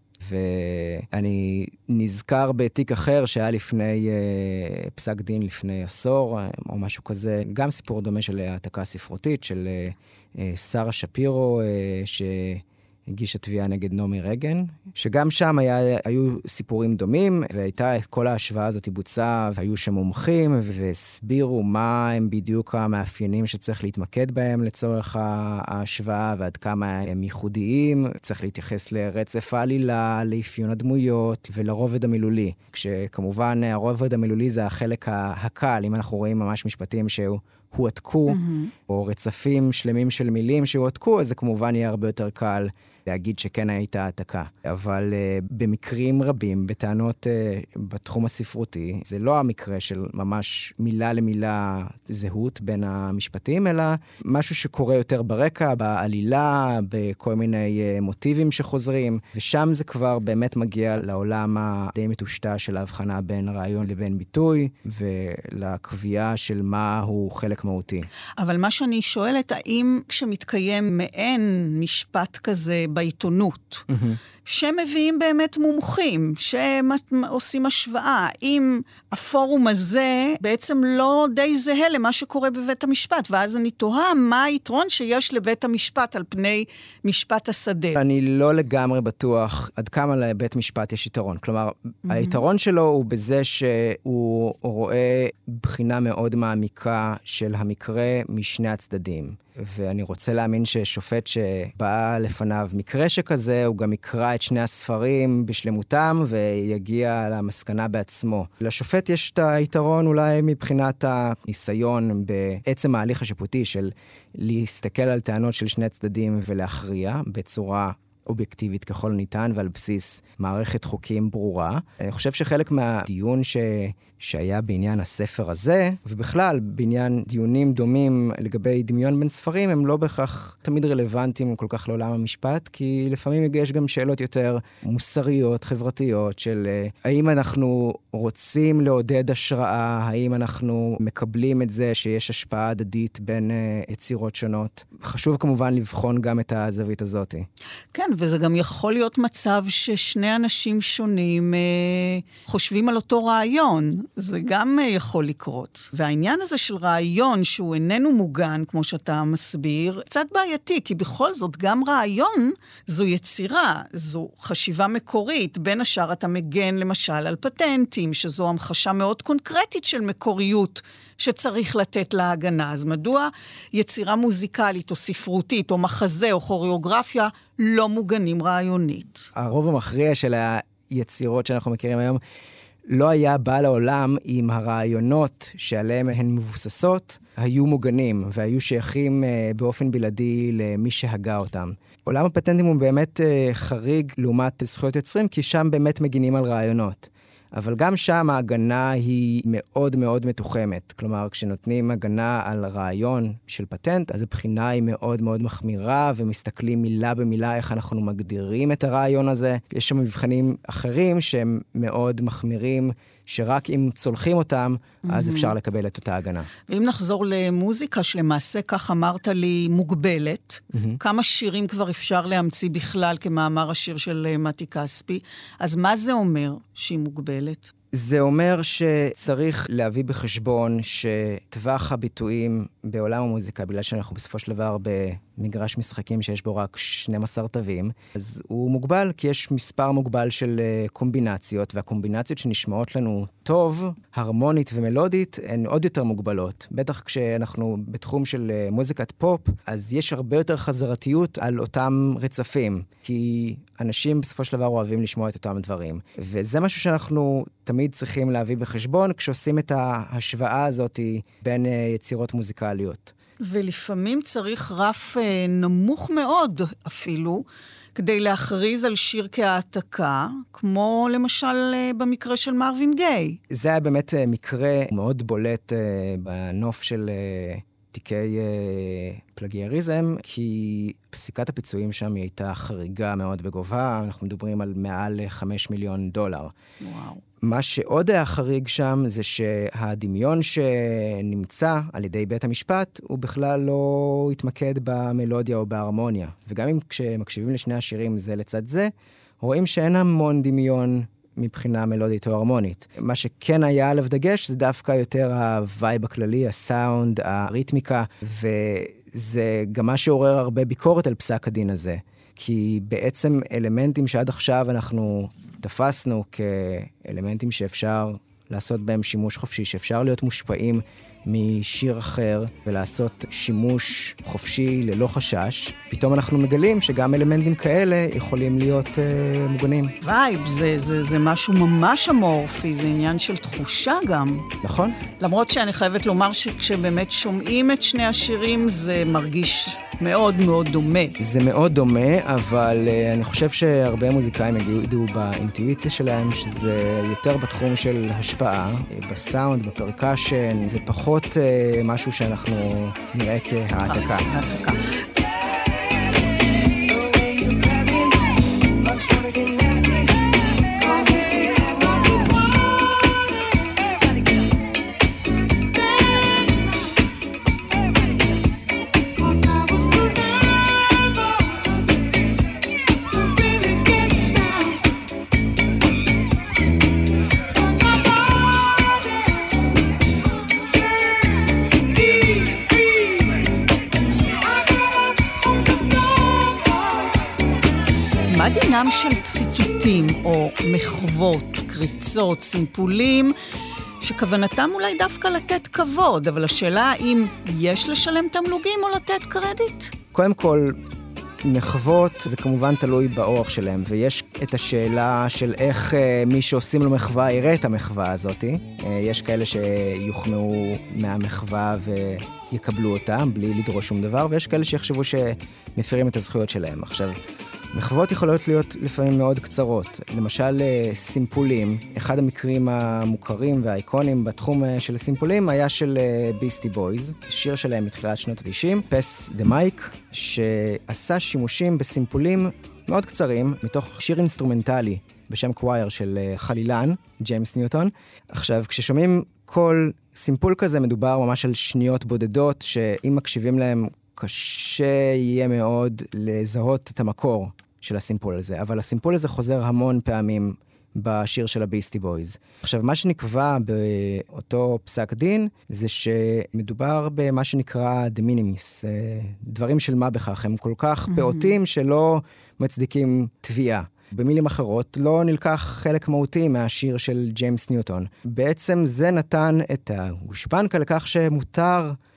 ואני נזכר בתיק אחר שהיה לפני פסק דין, לפני עשור, או משהו כזה, גם סיפור דומה של העתקה ספרותית, של שרה שפירו, הגישה תביעה נגד נעמי רגן, שגם שם היו סיפורים דומים, והייתה את כל ההשוואה הזאת בוצעה, והיו שם מומחים, והסבירו מה הם בדיוק המאפיינים שצריך להתמקד בהם לצורך ההשוואה, ועד כמה הם ייחודיים, צריך להתייחס לרצף העלילה, לאפיון הדמויות, ולרובד המילולי. כשכמובן הרובד המילולי זה החלק הקל, אם אנחנו רואים ממש משפטים שהועתקו, או רצפים שלמים של מילים שהועתקו, אז זה כמובן יהיה הרבה יותר קל להגיד שכן הייתה העתקה. אבל במקרים רבים, בטענות בתחום הספרותי, זה לא המקרה של ממש מילה למילה זהות בין המשפטים, אלא משהו שקורה יותר ברקע, בעלילה, בכל מיני מוטיבים שחוזרים, ושם זה כבר באמת מגיע לעולם הדי מטושטע של ההבחנה בין רעיון לבין ביטוי, ולקביעה של מה הוא חלק מהותי. אבל מה שאני שואלת, האם כשמתקיים מעין משפט כזה בעיתונות, שמביאים באמת מומחים, שעושים השוואה, אם הפורום הזה בעצם לא די זהה למה שקורה בבית המשפט, ואז אני תוהה מה היתרון שיש לבית המשפט על פני משפט השדה. אני לא לגמרי בטוח עד כמה לבית משפט יש יתרון. כלומר, היתרון שלו הוא בזה שהוא רואה בחינה מאוד מעמיקה של המקרה משני הצדדים. ואני רוצה להאמין ששופט שבא לפניו מקרה שכזה, הוא גם יקרא את שני הספרים בשלמותם ויגיע למסקנה בעצמו. לשופט יש את היתרון אולי מבחינת הניסיון בעצם ההליך השיפוטי של להסתכל על טענות של שני הצדדים ולהכריע בצורה אובייקטיבית ככל ניתן ועל בסיס מערכת חוקים ברורה. אני חושב שחלק מהדיון שהיה בעניין הספר הזה, ובכלל בעניין דיונים דומים לגבי דמיון בין ספרים, הם לא בהכרח תמיד רלוונטיים כל כך לעולם המשפט, כי לפעמים יש גם שאלות יותר מוסריות, חברתיות, של האם אנחנו רוצים לעודד השראה, האם אנחנו מקבלים את זה שיש השפעה הדדית בין יצירות שונות. חשוב כמובן לבחון גם את הזווית הזאת. כן, וזה גם יכול להיות מצב ששני אנשים שונים חושבים על אותו רעיון. זה גם יכול לקרות. והעניין הזה של רעיון שהוא איננו מוגן, כמו שאתה מסביר, קצת בעייתי, כי בכל זאת גם רעיון זו יצירה, זו חשיבה מקורית. בין השאר אתה מגן למשל על פטנטים, שזו המחשה מאוד קונקרטית של מקוריות שצריך לתת לה הגנה. אז מדוע יצירה מוזיקלית או ספרותית או מחזה או כוריאוגרפיה לא מוגנים רעיונית? הרוב המכריע של היצירות שאנחנו מכירים היום לא היה בא לעולם אם הרעיונות שעליהם הן מבוססות היו מוגנים והיו שייכים באופן בלעדי למי שהגה אותם. עולם הפטנטים הוא באמת חריג לעומת זכויות יוצרים, כי שם באמת מגינים על רעיונות. אבל גם שם ההגנה היא מאוד מאוד מתוחמת. כלומר, כשנותנים הגנה על רעיון של פטנט, אז הבחינה היא מאוד מאוד מחמירה, ומסתכלים מילה במילה איך אנחנו מגדירים את הרעיון הזה. יש שם מבחנים אחרים שהם מאוד מחמירים, שרק אם צולחים אותם, אז אפשר לקבל את אותה הגנה. ואם נחזור למוזיקה, שלמעשה, כך אמרת לי, מוגבלת, כמה שירים כבר אפשר להמציא בכלל, כמאמר השיר של מתי כספי, אז מה זה אומר שהיא מוגבלת? זה אומר שצריך להביא בחשבון שטווח הביטויים בעולם המוזיקה, בגלל שאנחנו בסופו של דבר במגרש משחקים שיש בו רק 12 תווים, אז הוא מוגבל, כי יש מספר מוגבל של קומבינציות, והקומבינציות שנשמעות לנו טוב, הרמונית ומלודית, הן עוד יותר מוגבלות. בטח כשאנחנו בתחום של מוזיקת פופ, אז יש הרבה יותר חזרתיות על אותם רצפים, כי אנשים בסופו של דבר אוהבים לשמוע את אותם דברים. וזה משהו שאנחנו תמיד צריכים להביא בחשבון, כשעושים את ההשוואה הזאת בין יצירות מוזיקליות. ולפעמים צריך רף נמוך מאוד אפילו, כדי להכריז על שיר כהעתקה, כמו למשל במקרה של מרווין גיי. זה היה באמת מקרה מאוד בולט בנוף של תיקי פלגייריזם, כי פסיקת הפיצויים שם היא הייתה חריגה מאוד בגובה, אנחנו מדברים על מעל $5 מיליון. וואו. מה שעוד היה חריג שם זה שהדמיון שנמצא על ידי בית המשפט הוא בכלל לא התמקד במלודיה או בהרמוניה. וגם אם כשמקשיבים לשני השירים זה לצד זה, רואים שאין המון דמיון מבחינה מלודית או הרמונית. מה שכן היה עליו דגש זה דווקא יותר הווייב הכללי, הסאונד, הריתמיקה, וזה גם מה שעורר הרבה ביקורת על פסק הדין הזה. כי בעצם אלמנטים שעד עכשיו אנחנו תפסנו כאלמנטים שאפשר לעשות בהם שימוש חופשי, שאפשר להיות מושפעים משיר אחר ולעשות שימוש חופשי ללא חשש, פתאום אנחנו מגלים שגם אלמנטים כאלה יכולים להיות מוגנים. וייב, זה משהו ממש אמורפי, זה עניין של תחושה גם. נכון. למרות שאני חייבת לומר שכשבאמת שומעים את שני השירים, זה מרגיש מאוד מאוד דומה. זה מאוד דומה, אבל אני חושב שהרבה מוזיקאים יגידו באינטואיציה שלהם, שזה יותר בתחום של השפעה, בסאונד, בפרקשן, זה פחות משהו שאנחנו נראה כהעתקה. מה דינם של ציטוטים או מחוות, קריצות, סימפולים, שכוונתם אולי דווקא לתת כבוד, אבל השאלה האם יש לשלם תמלוגים או לתת קרדיט? קודם כל, מחוות זה כמובן תלוי באורח שלהם, ויש את השאלה של איך מי שעושים לו מחווה יראה את המחווה הזאת. יש כאלה שיוחמאו מהמחווה ויקבלו אותה בלי לדרוש שום דבר, ויש כאלה שיחשבו שמפירים את הזכויות שלהם. עכשיו, מחוות יכולות להיות לפעמים מאוד קצרות. למשל, סימפולים. אחד המקרים המוכרים והאיקונים בתחום של הסימפולים היה של ביסטי בויז, שיר שלהם מתחילת שנות ה-90, פס דה מייק, שעשה שימושים בסימפולים מאוד קצרים, מתוך שיר אינסטרומנטלי בשם קווייר של חלילן, ג'יימס ניוטון. עכשיו, כששומעים כל סימפול כזה, מדובר ממש על שניות בודדות, שאם מקשיבים להם, קשה יהיה מאוד לזהות את המקור של הסימפול הזה, אבל הסימפול הזה חוזר המון פעמים בשיר של הביסטי בויז. עכשיו, מה שנקבע באותו פסק דין, זה שמדובר במה שנקרא de minimis, דברים של מה בכך, הם כל כך פעוטים שלא מצדיקים תביעה. במילים אחרות, לא נלקח חלק מהותי מהשיר של ג'יימס ניוטון. בעצם זה נתן את הגושפנקה לכך שמותר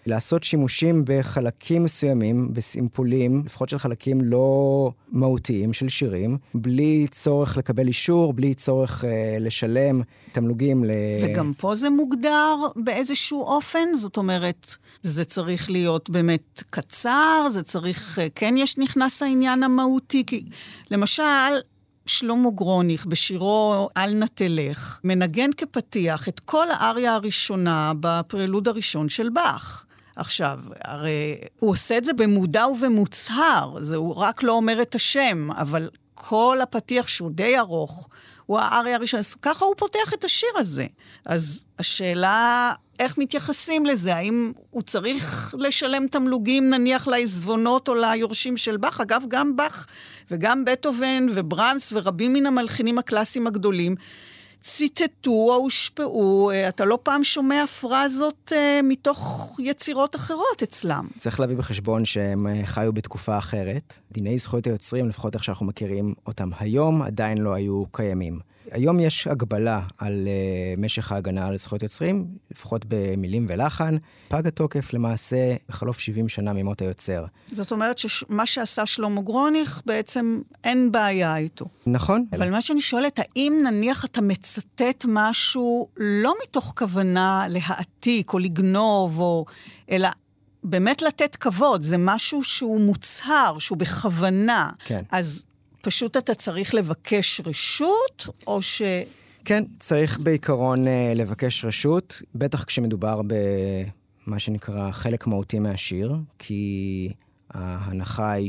לעשות שימושים בחלקים מסוימים, בסימפולים, לפחות של חלקים לא מהותיים של שירים, בלי צורך לקבל אישור, בלי צורך לשלם תמלוגים וגם פה זה מוגדר באיזשהו אופן, זאת אומרת, זה צריך להיות באמת קצר, זה צריך, כן נכנס העניין המהותי, כי למשל, שלמה גרוניך בשירו "אל נא תלך", מנגן כפתיח את כל האריה הראשונה בפרלוד הראשון של באך. עכשיו, הרי הוא עושה את זה במודע ובמוצהר, הוא רק לא אומר את השם, אבל כל הפתיח שהוא די ארוך, הוא האריה הראשון, ככה הוא פותח את השיר הזה. אז השאלה, איך מתייחסים לזה? האם הוא צריך לשלם תמלוגים, נניח לעזבונות או ליורשים של באך? אגב, גם באך וגם בטהובן וברמס ורבים מן המלחינים הקלאסיים הגדולים, ציטטו או הושפעו, אתה לא פעם שומע פרזות מתוך יצירות אחרות אצלם. צריך להביא בחשבון שהם חיו בתקופה אחרת. דיני זכויות היוצרים, לפחות איך שאנחנו מכירים אותם היום, עדיין לא היו קיימים. היום יש הגבלה על משך ההגנה על זכויות יוצרים, לפחות במילים ולחן. פג התוקף למעשה בחלוף 70 שנה ממות היוצר. זאת אומרת שמה שעשה שלמה גרוניך בעצם אין בעיה איתו. נכון. אבל מה שאני שואלת, האם נניח אתה מצטט משהו לא מתוך כוונה להעתיק או לגנוב, אלא באמת לתת כבוד, זה משהו שהוא מוצהר, שהוא בכוונה. כן. אז פשוט אתה צריך לבקש רשות, או ש... כן, צריך בעיקרון לבקש רשות, בטח כשמדובר במה שנקרא חלק מהותי מהשיר, כי ההנחה היא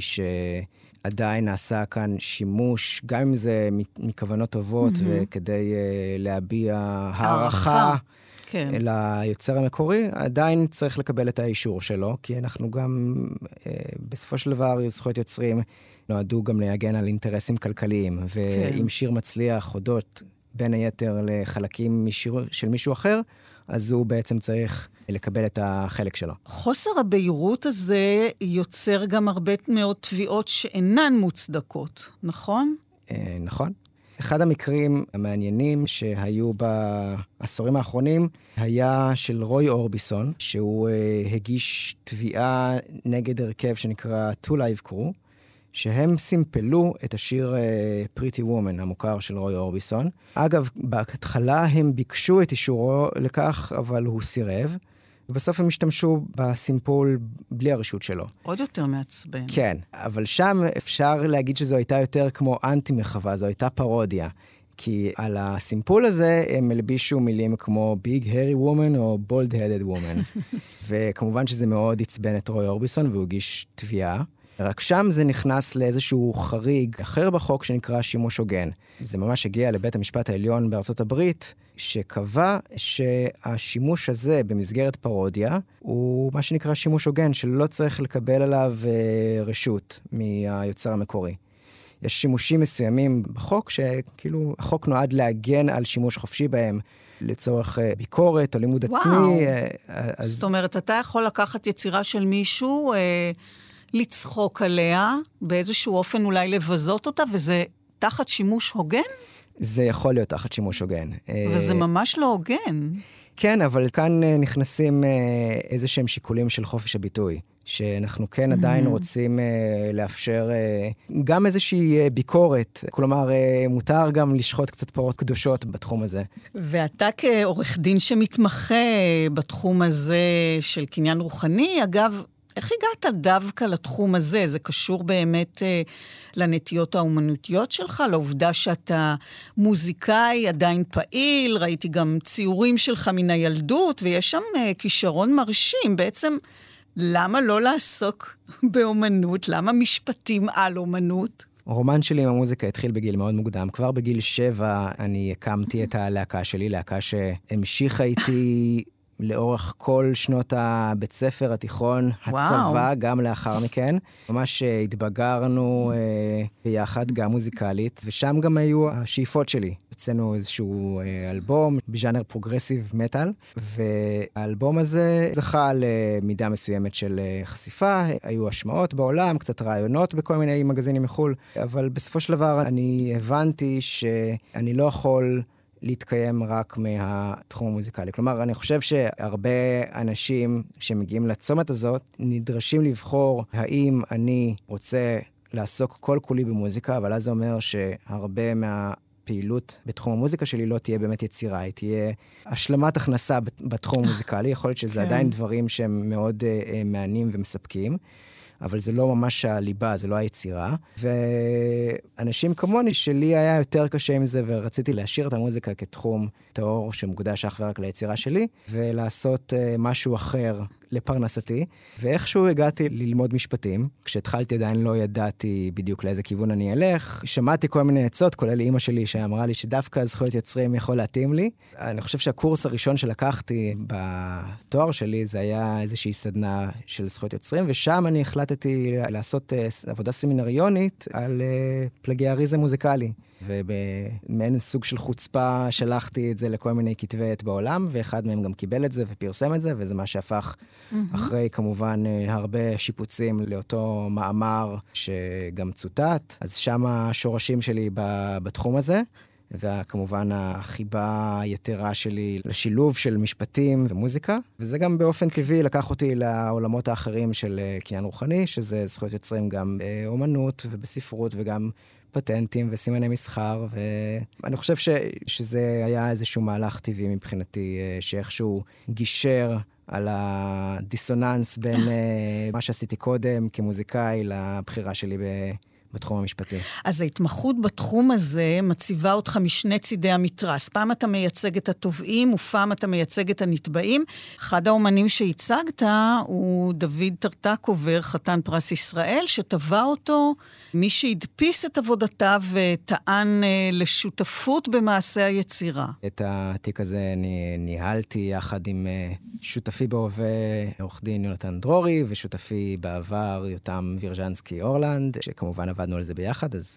שעדיין נעשה כאן שימוש, גם אם זה מכוונות טובות, וכדי להביע הערכה כן. ליוצר המקורי, עדיין צריך לקבל את האישור שלו, כי אנחנו גם, בסופו של דבר, זכויות יוצרים נועדו גם להגן על אינטרסים כלכליים, ואם שיר מצליח הודות בין היתר לחלקים של מישהו אחר, אז הוא בעצם צריך לקבל את החלק שלו. חוסר הבהירות הזה יוצר גם הרבה מאוד תביעות שאינן מוצדקות, נכון? נכון. אחד המקרים המעניינים שהיו בעשורים האחרונים היה של רוי אורביסון, שהוא הגיש תביעה נגד הרכב שנקרא Two Live Crew, שהם סימפלו את השיר Pretty Woman, המוכר של רוי אורביסון. אגב, בהתחלה הם ביקשו את אישורו לכך, אבל הוא סירב, ובסוף הם השתמשו בסימפול בלי הרשות שלו. עוד יותר מעצבן. כן, אבל שם אפשר להגיד שזו הייתה יותר כמו אנטי-מחווה, זו הייתה פרודיה. כי על הסימפול הזה הם מלבישו מילים כמו Big Hairy Woman או Bald Headed Woman. וכמובן שזה מאוד עצבן את רוי אורביסון, והוא הגיש תביעה. רק שם זה נכנס לאיזשהו חריג אחר בחוק שנקרא שימוש הוגן. זה ממש הגיע לבית המשפט העליון בארצות הברית, שקבע שהשימוש הזה במסגרת פרודיה, הוא מה שנקרא שימוש הוגן, שלא צריך לקבל עליו רשות מהיוצר המקורי. יש שימושים מסוימים בחוק, שכאילו החוק נועד להגן על שימוש חופשי בהם, לצורך ביקורת או לימוד עצמי. זאת אומרת, אתה יכול לקחת יצירה של מישהו, לצחוק עליה, באיזשהו אופן אולי לבזות אותה, וזה תחת שימוש הוגן? זה יכול להיות תחת שימוש הוגן. וזה ממש לא הוגן. כן, אבל כאן נכנסים איזה שהם שיקולים של חופש הביטוי, שאנחנו כן עדיין רוצים לאפשר גם איזושהי ביקורת, כלומר מותר גם לשחוט קצת פרות קדושות בתחום הזה. ואתה כעורך דין שמתמחה בתחום הזה של קניין רוחני, אגב, איך הגעת דווקא לתחום הזה? זה קשור באמת לנטיות האומנותיות שלך, לעובדה שאתה מוזיקאי עדיין פעיל, ראיתי גם ציורים שלך מן הילדות, ויש שם כישרון מרשים. בעצם, למה לא לעסוק באומנות? למה משפטים על אומנות? הרומן שלי עם המוזיקה התחיל בגיל מאוד מוקדם. כבר בגיל 7 אני הקמתי את הלהקה שלי, להקה שהמשיכה איתי לאורך כל שנות הבית ספר, התיכון, הצבא, גם לאחר מכן. ממש התבגרנו ביחד, גם מוזיקלית, ושם גם היו השאיפות שלי. הוצאנו איזשהו אלבום בז'אנר פרוגרסיב מטל, והאלבום הזה זכה למידה מסוימת של חשיפה, היו השמעות בעולם, קצת רעיונות בכל מיני מגזינים מחול, אבל בסופו של דבר אני הבנתי שאני לא יכול להתקיים רק מהתחום המוזיקלי. כלומר, אני חושב שהרבה אנשים שמגיעים לצומת הזאת, נדרשים לבחור האם אני רוצה לעסוק כל כולי במוזיקה, אבל אז זה אומר שהרבה פעילות בתחום המוזיקה שלי לא תהיה באמת יצירה, היא תהיה השלמת הכנסה בתחום המוזיקלי, יכול להיות שזה עדיין דברים שהם מאוד מעניינים ומספקים, אבל זה לא ממש הליבה, זה לא היצירה. ואנשים כמוני שלי היה יותר קשה עם זה, ורציתי להשאיר את המוזיקה כתחום טהור שמוקדש אך ורק ליצירה שלי, ולעשות משהו אחר לפרנסתי. ואיכשהו הגעתי ללמוד משפטים. כשהתחלתי עדיין לא ידעתי בדיוק לאיזה כיוון אני אלך. שמעתי כל מיני עצות, כולל אמא שלי שאמרה לי שדווקא זכויות יוצרים יכול להתאים לי. אני חושב שהקורס הראשון שלקחתי בתואר שלי, זה היה איזושהי סדנה של זכויות יוצרים, ושם אני החלטתי לעשות עבודה סמינריונית על פלגיאריזם מוזיקלי. ובמעין סוג של חוצפה שלחתי את זה לכל מיני כתבי עת בעולם, ואחד מהם גם קיבל את זה ופרסם את זה, וזה מה שהפך אחרי כמובן הרבה שיפוצים לאותו מאמר שגם צוטט. אז שם השורשים שלי בתחום הזה, וכמובן החיבה היתרה שלי לשילוב של משפטים ומוזיקה, וזה גם באופן טבעי לקח אותי לעולמות האחרים של קניין רוחני, שזה זכויות יוצרים גם באומנות ובספרות וגם פטנטים וסימני מסחר, ואני חושב שזה היה איזשהו מהלך טבעי מבחינתי, שאיכשהו גישר על הדיסוננס בין מה שעשיתי קודם כמוזיקאי לבחירה שלי בתחום המשפטי. אז ההתמחות בתחום הזה מציבה אותך משני צידי המתרס. פעם אתה מייצג את התובעים, ופעם אתה מייצג את הנתבעים. אחד האומנים שהצגת הוא דוד טרטקובר, חתן פרס ישראל, שטבע אותו מי שהדפיס את עבודתה וטען לשותפות במעשה היצירה. את התיק הזה אני ניהלתי יחד עם שותפי בהווה עורך דין יונתן דרורי, ושותפי בעבר יותם וירג'נסקי אורלנד, שכמובן עבדנו על זה ביחד, אז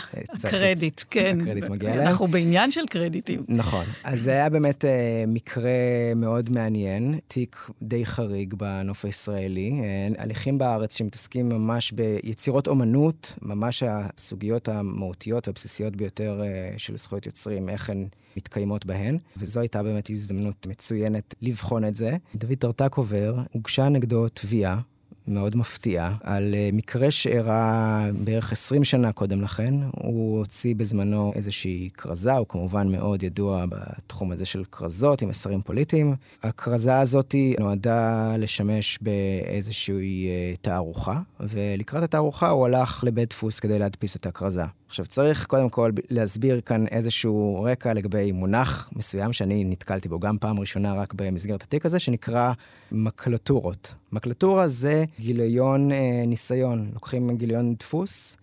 הקרדיט, כן. הקרדיט מגיע להם. אנחנו בעניין של קרדיטים. נכון. אז זה היה באמת מקרה מאוד מעניין, תיק די חריג בנוף הישראלי. הליכים בארץ שמתעסקים ממש ביצירות אומנות, ממש הסוגיות המהותיות והבסיסיות ביותר של זכויות יוצרים, איך הן מתקיימות בהן, וזו הייתה באמת הזדמנות מצוינת לבחון את זה. דוד טרטקובר הוגשה נגדו תביעה, מאוד מפתיעה, על מקרה שאירע בערך 20 שנה קודם לכן. הוא הוציא בזמנו איזושהי קרזה, הוא כמובן מאוד ידוע בתחום הזה של קרזות עם מסרים פוליטיים. הקרזה הזאת נועדה לשמש באיזושהי תערוכה, ולקראת התערוכה הוא הלך לבית דפוס כדי להדפיס את הקרזה. עכשיו צריך קודם כל להסביר כאן איזשהו רקע לגבי מונח מסוים שאני נתקלתי בו גם פעם ראשונה רק במסגרת התיק הזה, שנקרא מקלטורות. מקלטורה זה גיליון ניסיון. לוקחים גיליון דפוס,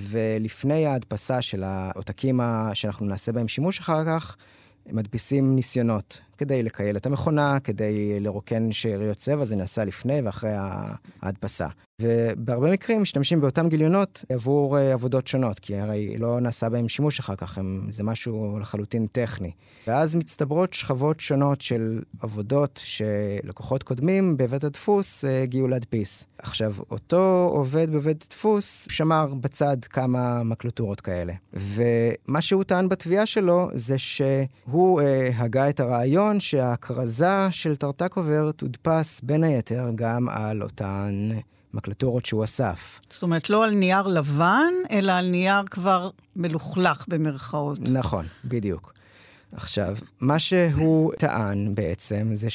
ולפני ההדפסה של העותקים שאנחנו נעשה בהם שימוש אחר כך, מדפיסים ניסיונות כדי לקייל את המכונה, כדי לרוקן שאריות צבע, זה נעשה לפני ואחרי ההדפסה. ובהרבה מקרים משתמשים באותם גיליונות עבור עבודות שונות, כי הרי לא נעשה בהם שימוש אחר כך, זה משהו לחלוטין טכני. ואז מצטברות שכבות שונות של עבודות שלקוחות קודמים בבית הדפוס הגיעו להדפיס. עכשיו, אותו עובד בבית הדפוס שמר בצד כמה מקלטורות כאלה. ומה שהוא טען בתביעה שלו זה שהוא הגה את הרעיון שההקרזה של טרטקובר תודפס בין היתר גם על אותן מקלטורות שהוא אסף. זאת אומרת, לא על נייר לבן, אלא על נייר כבר מלוכלך במרכאות. נכון, בדיוק. עכשיו, מה שהוא טען בעצם זה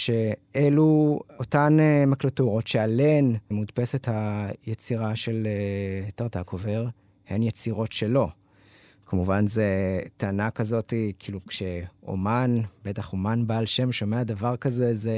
שאלו אותן מקלטורות שעליהן מודפסת היצירה של טרטקובר, הן יצירות שלו. כמובן זה טענה כזאת, כאילו כשאומן, בטח אומן בעל שם שומע דבר כזה, זה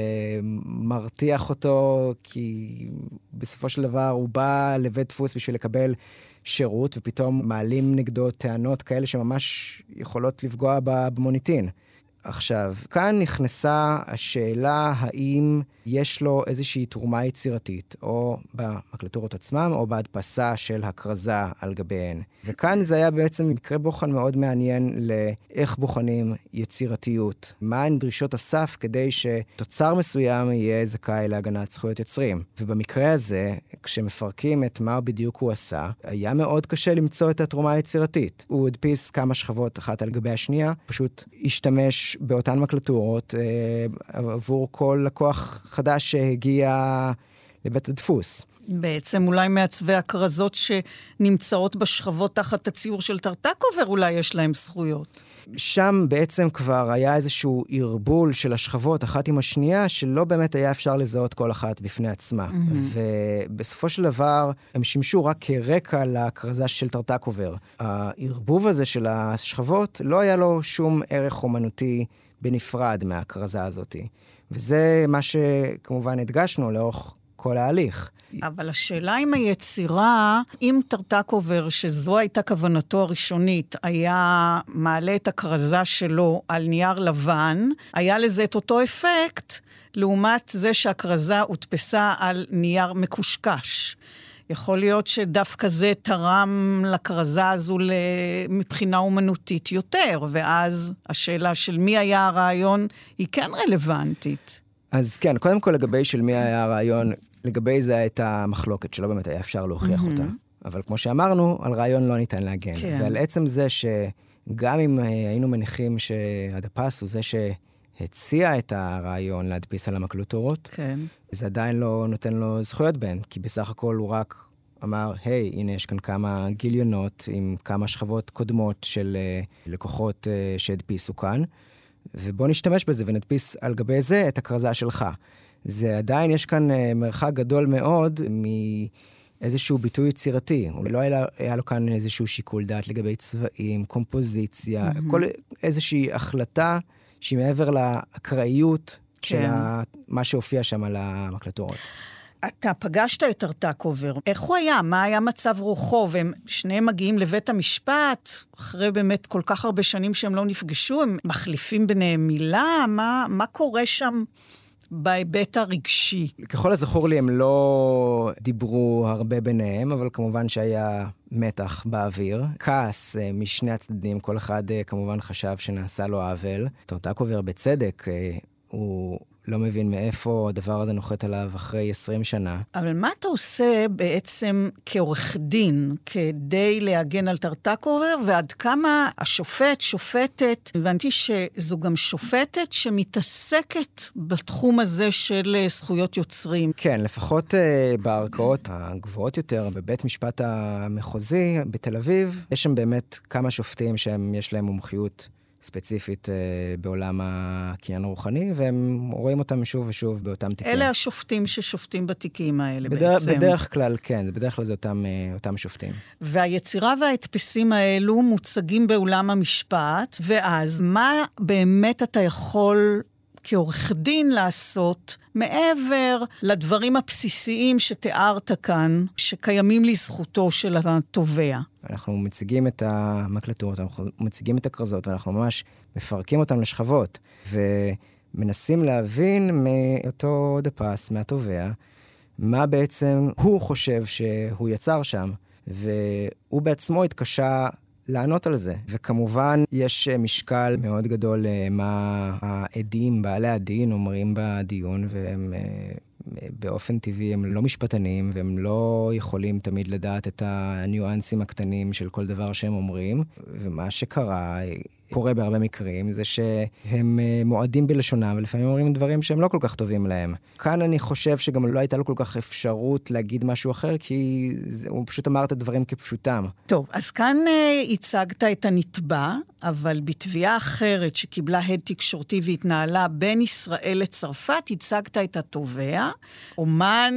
מרתיח אותו, כי בסופו של דבר הוא בא לבית דפוס בשביל לקבל שירות, ופתאום מעלים נגדו טענות כאלה שממש יכולות לפגוע במוניטין. עכשיו, כאן נכנסה השאלה האם יש לו איזושהי תרומה יצירתית, או במקלטורות עצמם, או בהדפסה של הכרזה על גביהן. וכאן זה היה בעצם מקרה בוחן מאוד מעניין לאיך בוחנים יצירתיות. מהן דרישות הסף כדי שתוצר מסוים יהיה זכאי להגנת זכויות יוצרים. ובמקרה הזה, כשמפרקים את מה בדיוק הוא עשה, היה מאוד קשה למצוא את התרומה היצירתית. הוא הדפיס כמה שכבות אחת על גבי השנייה, פשוט השתמש באותן מקלטורות עבור כל לקוח חדש שהגיע לבית הדפוס. בעצם אולי מעצבי הכרזות שנמצאות בשכבות תחת הציור של טרטקובר, אולי יש להם זכויות. שם בעצם כבר היה איזשהו ערבול של השכבות אחת עם השנייה, שלא באמת היה אפשר לזהות כל אחת בפני עצמה. ובסופו של דבר הם שימשו רק כרקע להכרזה של טרטקובר. הערבוב הזה של השכבות לא היה לו שום ערך אומנותי בנפרד מההכרזה הזאת. וזה מה שכמובן הדגשנו לאורך כל ההליך. אבל השאלה עם היצירה, אם טרטקובר, שזו הייתה כוונתו הראשונית, היה מעלה את הכרזה שלו על נייר לבן, היה לזה את אותו אפקט, לעומת זה שהכרזה הודפסה על נייר מקושקש. יכול להיות שדווקא זה תרם לכרזה הזו מבחינה אומנותית יותר, ואז השאלה של מי היה הרעיון היא כן רלוונטית. אז כן, קודם כל לגבי של מי היה הרעיון, לגבי זה הייתה מחלוקת, שלא באמת היה אפשר להוכיח אותה. אבל כמו שאמרנו, על רעיון לא ניתן להגן. כן. ועל עצם זה שגם אם היינו מניחים שהדפס הוא זה שהציע את הרעיון להדפיס על המקלטורות, כן. זה עדיין לא נותן לו זכויות בהן, כי בסך הכל הוא רק אמר, היי, הנה יש כאן כמה גיליונות עם כמה שכבות קודמות של לקוחות שהדפיסו כאן, ובוא נשתמש בזה ונדפיס על גבי זה את הכרזה שלך. זה עדיין, יש כאן מרחק גדול מאוד מאיזשהו ביטוי יצירתי. לא היה לו כאן איזשהו שיקול דעת לגבי צבעים, קומפוזיציה, כל איזושהי החלטה שהיא מעבר לאקראיות של מה שהופיע שם על המקלטורות. אתה פגשת את טרטקובר. איך הוא היה? מה היה מצב רוחו? והם שניהם מגיעים לבית המשפט, אחרי באמת כל כך הרבה שנים שהם לא נפגשו, הם מחליפים ביניהם מילה? מה קורה שם בהיבט הרגשי? ככל הזכור לי, הם לא דיברו הרבה ביניהם, אבל כמובן שהיה מתח באוויר. כעס משני הצדדים, כל אחד כמובן חשב שנעשה לו עוול. טרטקובר בצדק, הוא לא מבין מאיפה הדבר הזה נוחת עליו אחרי 20 שנה. אבל מה אתה עושה בעצם כעורך דין כדי להגן על טרטקובר, ועד כמה השופט, שופטת, הבנתי שזו גם שופטת שמתעסקת בתחום הזה של זכויות יוצרים. כן, לפחות בערכאות הגבוהות יותר, בבית משפט המחוזי בתל אביב, יש שם באמת כמה שופטים שיש להם מומחיות ספציפית בעולם הקניין הרוחני, והם רואים אותם שוב ושוב באותם תיקים. אלה השופטים ששופטים בתיקים האלה בעצם. בדרך כלל, כן. בדרך כלל זה אותם שופטים. והיצירה וההדפסים האלו מוצגים באולם המשפט, ואז מה באמת אתה יכול כעורך דין לעשות מעבר לדברים הבסיסיים שתיארת כאן, שקיימים לזכותו של התובע? אנחנו מציגים את המקלטורות, אנחנו מציגים את הכרזות, ואנחנו ממש מפרקים אותם לשכבות, ומנסים להבין מאותו דפס, מהתובע, מה בעצם הוא חושב שהוא יצר שם, והוא בעצמו התקשה לענות על זה. וכמובן, יש משקל מאוד גדול מה העדים, בעלי הדין אומרים בדיון, והם באופן טבעי הם לא משפטנים, והם לא יכולים תמיד לדעת את הניואנסים הקטנים של כל דבר שהם אומרים. ומה שקרה, קורה בהרבה מקרים, זה שהם מועדים בלשונם, ולפעמים אומרים דברים שהם לא כל כך טובים להם. כאן אני חושב שגם לא הייתה לו כל כך אפשרות להגיד משהו אחר, כי הוא פשוט אמר את הדברים כפשוטם. טוב, אז כאן הצגת את הנתבע, אבל בתביעה אחרת שקיבלה הד תקשורתי והתנהלה בין ישראל לצרפת, הצגת את התובע, אומן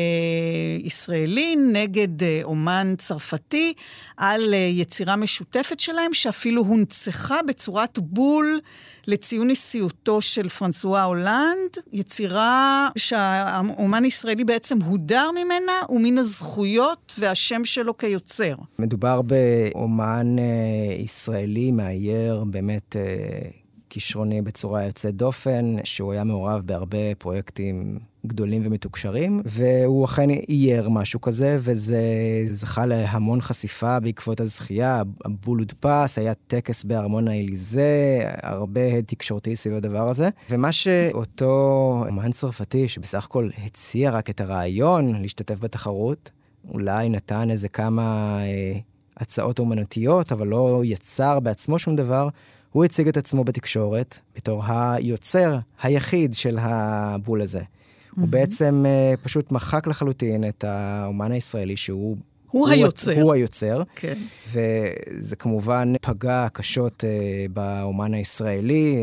ישראלי נגד אומן צרפתי, על יצירה משותפת שלהם, שאפילו הונצחה בצורת בול לציון נשיאותו של פרנסואה הולנד, יצירה שהאומן הישראלי בעצם הודר ממנה, ומן הזכויות והשם שלו כיוצר. מדובר באומן ישראלי מאייר באמת כישרוני בצורה יוצאת דופן, שהוא היה מעורב בהרבה פרויקטים גדולים ומתוקשרים, והוא אכן אייר משהו כזה, וזה זכה להמון חשיפה בעקבות הזכייה. הבול הודפס, היה טקס בארמון האליזה, הרבה תקשורתי סביב הדבר הזה. ומה שאותו אומן צרפתי, שבסך הכל הציע רק את הרעיון להשתתף בתחרות, אולי נתן איזה כמה הצעות אומנותיות, אבל לא יצר בעצמו שום דבר, הוא הציג את עצמו בתקשורת בתור היוצר היחיד של הבול הזה. הוא בעצם פשוט מחק לחלוטין את האומן הישראלי שהוא... הוא היוצר. הוא היוצר. כן. וזה כמובן פגע קשות באומן הישראלי,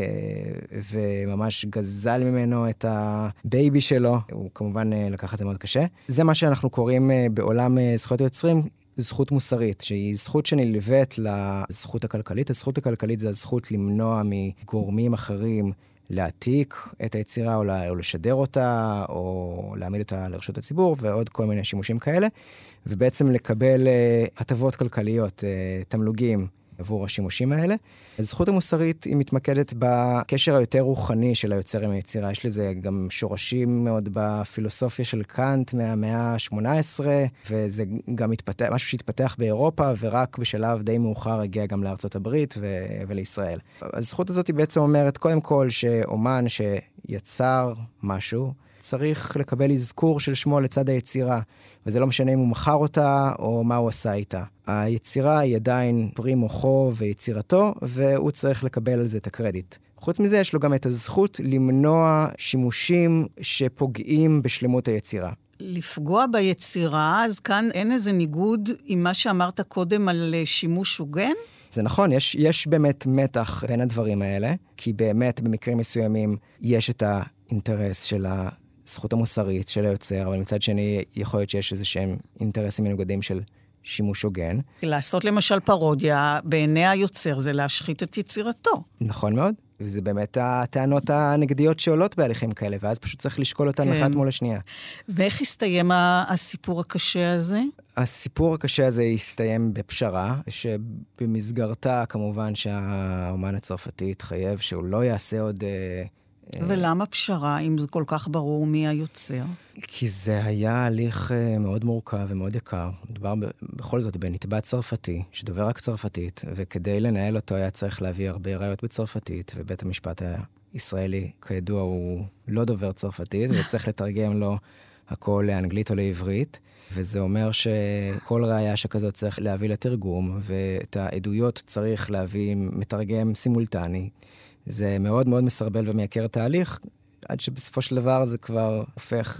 וממש גזל ממנו את הבייבי שלו. הוא כמובן לקח את זה מאוד קשה. זה מה שאנחנו קוראים בעולם זכויות היוצרים, זכות מוסרית, שהיא זכות שנלווית לזכות הכלכלית. הזכות הכלכלית זה הזכות למנוע מגורמים אחרים להעתיק את היצירה, או לשדר אותה, או להעמיד אותה לרשות הציבור, ועוד כל מיני שימושים כאלה, ובעצם לקבל הטבות כלכליות, תמלוגים עבור השימושים האלה. הזכות המוסרית היא מתמקדת בקשר היותר רוחני של היוצר עם היצירה. יש לזה גם שורשים מאוד בפילוסופיה של קאנט מהמאה ה-18, וזה גם משהו שהתפתח באירופה, ורק בשלב די מאוחר הגיע גם לארצות הברית ולישראל. הזכות הזאת היא בעצם אומרת, קודם כל, שאומן שיצר משהו, צריך לקבל אזכור של שמו לצד היצירה, וזה לא משנה אם הוא מכר אותה או מה הוא עשה איתה. היצירה היא עדיין פרי מוחו ויצירתו, והוא צריך לקבל על זה את הקרדיט. חוץ מזה, יש לו גם את הזכות למנוע שימושים שפוגעים בשלמות היצירה. לפגוע ביצירה, אז כאן אין איזה ניגוד עם מה שאמרת קודם על שימוש הוגן? זה נכון, יש באמת מתח בין הדברים האלה, כי באמת במקרים מסוימים יש את האינטרס של הזכות המוסרית של היוצר, אבל מצד שני יכול להיות שיש איזה שהם אינטרסים מנוגדים של שימוש הוגן. לעשות למשל פרודיה בעיני היוצר זה להשחית את יצירתו. נכון מאוד, וזה באמת הטענות הנגדיות שעולות בהליכים כאלה, ואז פשוט צריך לשקול אותן אחת מול השנייה. ואיך הסתיים הסיפור הקשה הזה? הסיפור הקשה הזה הסתיים בפשרה, שבמסגרתה כמובן שהאומן הצרפתי התחייב שהוא לא יעשה עוד... ולמה פשרה, אם זה כל כך ברור מי היוצר? כי זה היה הליך מאוד מורכב ומאוד יקר. מדובר בכל זאת בנתבע צרפתי, שדובר רק צרפתית, וכדי לנהל אותו היה צריך להביא הרבה ראיות בצרפתית, ובית המשפט הישראלי, כידוע, הוא לא דובר צרפתית, וצריך לתרגם לו הכל לאנגלית או לעברית, וזה אומר שכל ראיה שכזאת צריך להביא לתרגום, ואת העדויות צריך להביא מתרגם סימולטני. זה מאוד מאוד מסרבל ומייקר את ההליך, עד שבסופו של דבר זה כבר הופך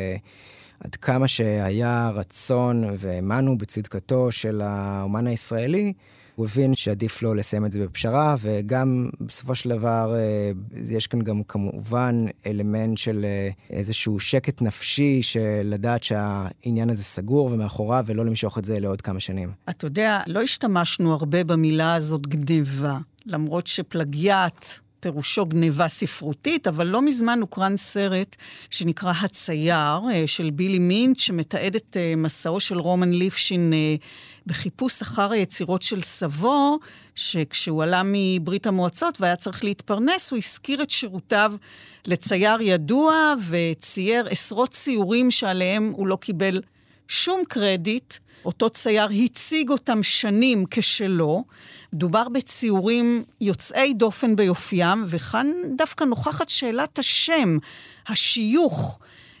עד כמה שהיה רצון והאמנו בצדקתו של האומן הישראלי, הוא הבין שעדיף לו לסיים את זה בפשרה, וגם בסופו של דבר יש כאן גם כמובן אלמנט של איזשהו שקט נפשי, של לדעת שהעניין הזה סגור ומאחוריו, ולא למשוך את זה לעוד כמה שנים. אתה יודע, לא השתמשנו הרבה במילה הזאת גניבה, למרות שפלגיאט פירושו גניבה ספרותית, אבל לא מזמן הוקרן סרט שנקרא הצייר, של בילי מינט, שמתעד את מסעו של רומן ליפשין בחיפוש אחר היצירות של סבו, שכשהוא עלה מברית המועצות והיה צריך להתפרנס, הוא הזכיר את שירותיו לצייר ידוע, וצייר עשרות ציורים שעליהם הוא לא קיבל שום קרדיט. אותו צייר הציג אותם שנים כשלו, דובר בציורים יוצאי דופן ביופיים, וכאן דווקא נוכחת שאלת השם, השיוך,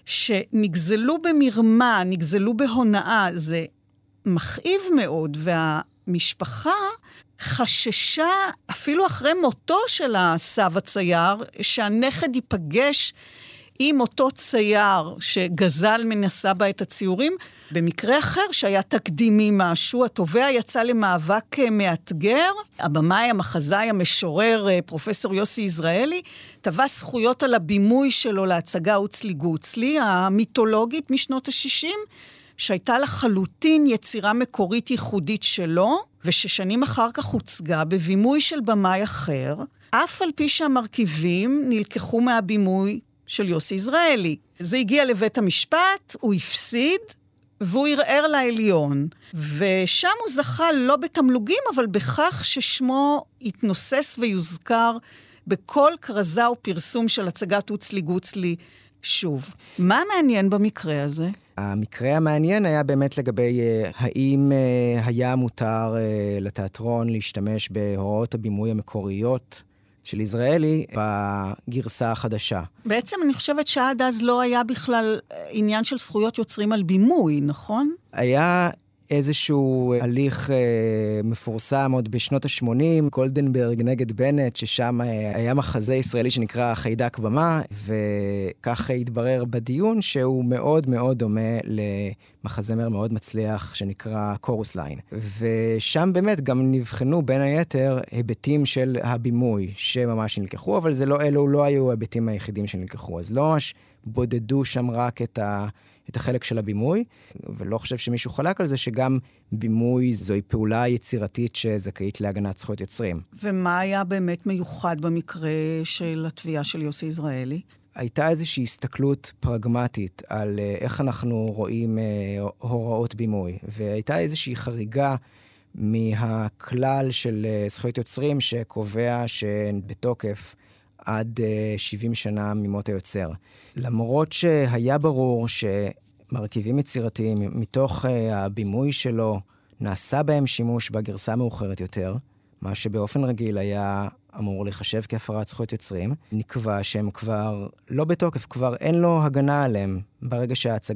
שנגזלו במרמה, נגזלו בהונאה, זה מכאיב מאוד, והמשפחה חששה, אפילו אחרי מותו של הסב הצייר, שהנכד ייפגש עם אותו צייר שגזל מן הסבא את הציורים. במקרה אחר שהיה תקדימי משהו, התובע יצא למאבק מאתגר, הבמאי, המחזאי, המשורר, פרופסור יוסי יזרעאלי, תבע זכויות על הבימוי שלו להצגה אוצלי גוצלי, המיתולוגית משנות ה-60, שהייתה לחלוטין יצירה מקורית ייחודית שלו, וששנים אחר כך הוצגה בבימוי של במאי אחר, אף על פי שהמרכיבים נלקחו מהבימוי של יוסי יזרעאלי. זה הגיע לבית המשפט, הוא הפסיד, והוא ערער לעליון, ושם הוא זכה לא בתמלוגים, אבל בכך ששמו יתנוסס ויוזכר בכל כרזה ופרסום של הצגת הוצלי גוצלי שוב. מה מעניין במקרה הזה? המקרה המעניין היה באמת לגבי האם היה מותר לתיאטרון להשתמש בהוראות הבימוי המקוריות של יזרעאלי בגרסה החדשה. בעצם אני חושבת שעד אז לא היה בכלל עניין של זכויות יוצרים על בימוי, נכון? היה איזשהו הליך מפורסם עוד בשנות ה-80, גולדנברג נגד בנט, ששם היה מחזה ישראלי שנקרא חיידק במה, וכך התברר בדיון שהוא מאוד מאוד דומה למחזמר מאוד מצליח שנקרא קורוס ליין. ושם באמת גם נבחנו בין היתר היבטים של הבימוי שממש נלקחו, אבל אלו לא היו ההיבטים היחידים שנלקחו, אז לא ממש בודדו שם רק את החלק של הבימוי, ולא חושב שמישהו חלק על זה שגם בימוי זוהי פעולה יצירתית שזכאית להגנת זכויות יוצרים. ומה היה באמת מיוחד במקרה של התביעה של יוסי יזרעאלי? הייתה איזושהי הסתכלות פרגמטית על איך אנחנו רואים הוראות בימוי, והייתה איזושהי חריגה מהכלל של זכויות יוצרים שקובע שהן בתוקף עד 70 שנה ממות היוצר. למרות שהיה ברור שמרכיבים יצירתיים מתוך הבימוי שלו נעשה בהם שימוש בגרסה מאוחרת יותר, מה שבאופן רגיל היה אמור לחשב כהפרת זכויות יוצרים, נקבע שהם כבר לא בתוקף, כבר אין לו הגנה עליהם ברגע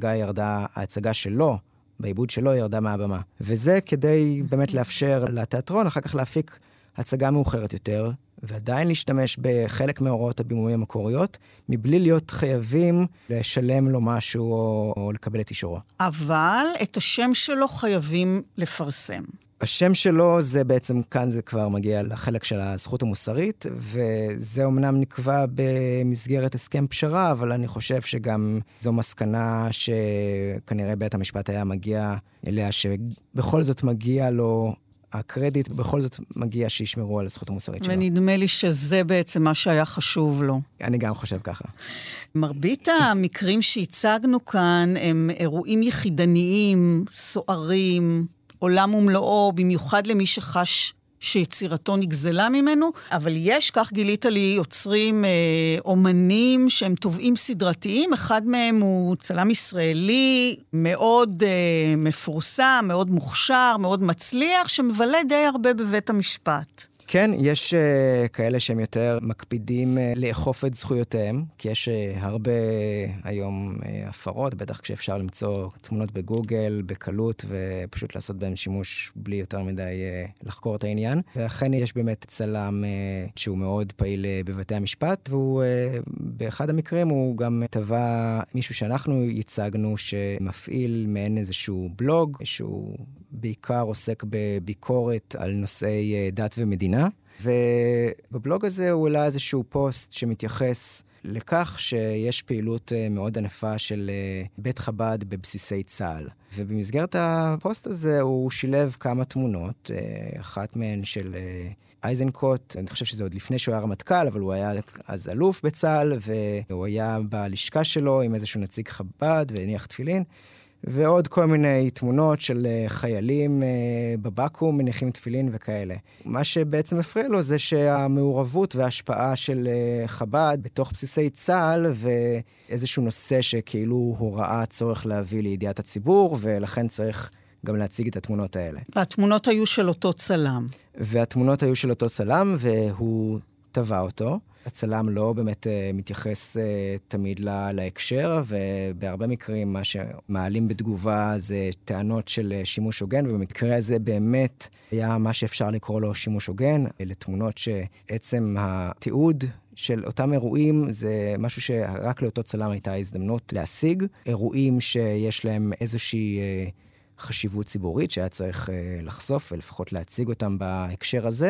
ההצגה שלו, בעיבוד שלו ירדה מהבמה. וזה כדי באמת לאפשר לתיאטרון אחר כך להפיק הצגה מאוחרת יותר, ועדיין להשתמש בחלק מהוראות הבימוי המקוריות, מבלי להיות חייבים לשלם לו משהו או לקבל את אישורו. אבל את השם שלו חייבים לפרסם. השם שלו זה בעצם, כאן זה כבר מגיע לחלק של הזכות המוסרית, וזה אומנם נקבע במסגרת הסכם פשרה, אבל אני חושב שגם זו מסקנה שכנראה בית המשפט היה מגיע אליה, שבכל זאת מגיע לו הקרדיט, בכל זאת מגיע שישמרו על הזכות המוסרית שלו. ונדמה לי שזה בעצם מה שהיה חשוב לו. אני גם חושב ככה. מרבית המקרים שהצגנו כאן הם אירועים יחידניים, סוערים, עולם ומלואו, במיוחד למי שחש שיצירתו נגזלה ממנו, אבל יש, כך גילית לי, יוצרים אומנים שהם תובעים סדרתיים, אחד מהם הוא צלם ישראלי מאוד מפורסם, מאוד מוכשר, מאוד מצליח, שמבלה די הרבה בבית המשפט. כן, יש כאלה שהם יותר מקפידים לאכוף את זכויותיהם, כי יש הרבה היום הפרות, בטח כשאפשר למצוא תמונות בגוגל, בקלות, ופשוט לעשות בהם שימוש בלי יותר מדי לחקור את העניין. ואכן יש באמת צלם שהוא מאוד פעיל בבתי המשפט, והוא באחד המקרים הוא גם טבע מישהו שאנחנו ייצגנו, שמפעיל מעין איזשהו בלוג, שהוא בעיקר עוסק בביקורת על נושאי דת ומדינה, ובבלוג הזה הוא העלה איזשהו פוסט שמתייחס לכך שיש פעילות מאוד ענפה של בית חב"ד בבסיסי צה"ל. ובמסגרת הפוסט הזה הוא שילב כמה תמונות, אחת מהן של אייזנקוט, אני חושב שזה עוד לפני שהוא היה רמטכ"ל, אבל הוא היה אז אלוף בצה"ל, והוא היה בלשכה שלו עם איזשהו נציג חב"ד והניח תפילין, ועוד כל מיני תמונות של חיילים בבקו"ם, מניחים תפילין וכאלה. מה שבעצם הפריע לו זה שהמעורבות וההשפעה של חב"ד בתוך בסיסי צה"ל, ואיזשהו נושא שכאילו הוא ראה צורך להביא לידיעת הציבור, ולכן צריך גם להציג את התמונות האלה. והתמונות היו של אותו צלם. והתמונות היו של אותו צלם, והוא טבע אותו. הצלם לא באמת מתייחס תמיד להקשר, ובהרבה מקרים מה שמעלים בתגובה זה טענות של שימוש הוגן, ובמקרה הזה באמת היה מה שאפשר לקרוא לו שימוש הוגן, לתמונות שעצם התיעוד של אותם אירועים זה משהו שרק לאותו צלם הייתה הזדמנות להשיג, אירועים שיש להם איזושהי חשיבות ציבורית שהיה צריך לחשוף ולפחות להציג אותם בהקשר הזה,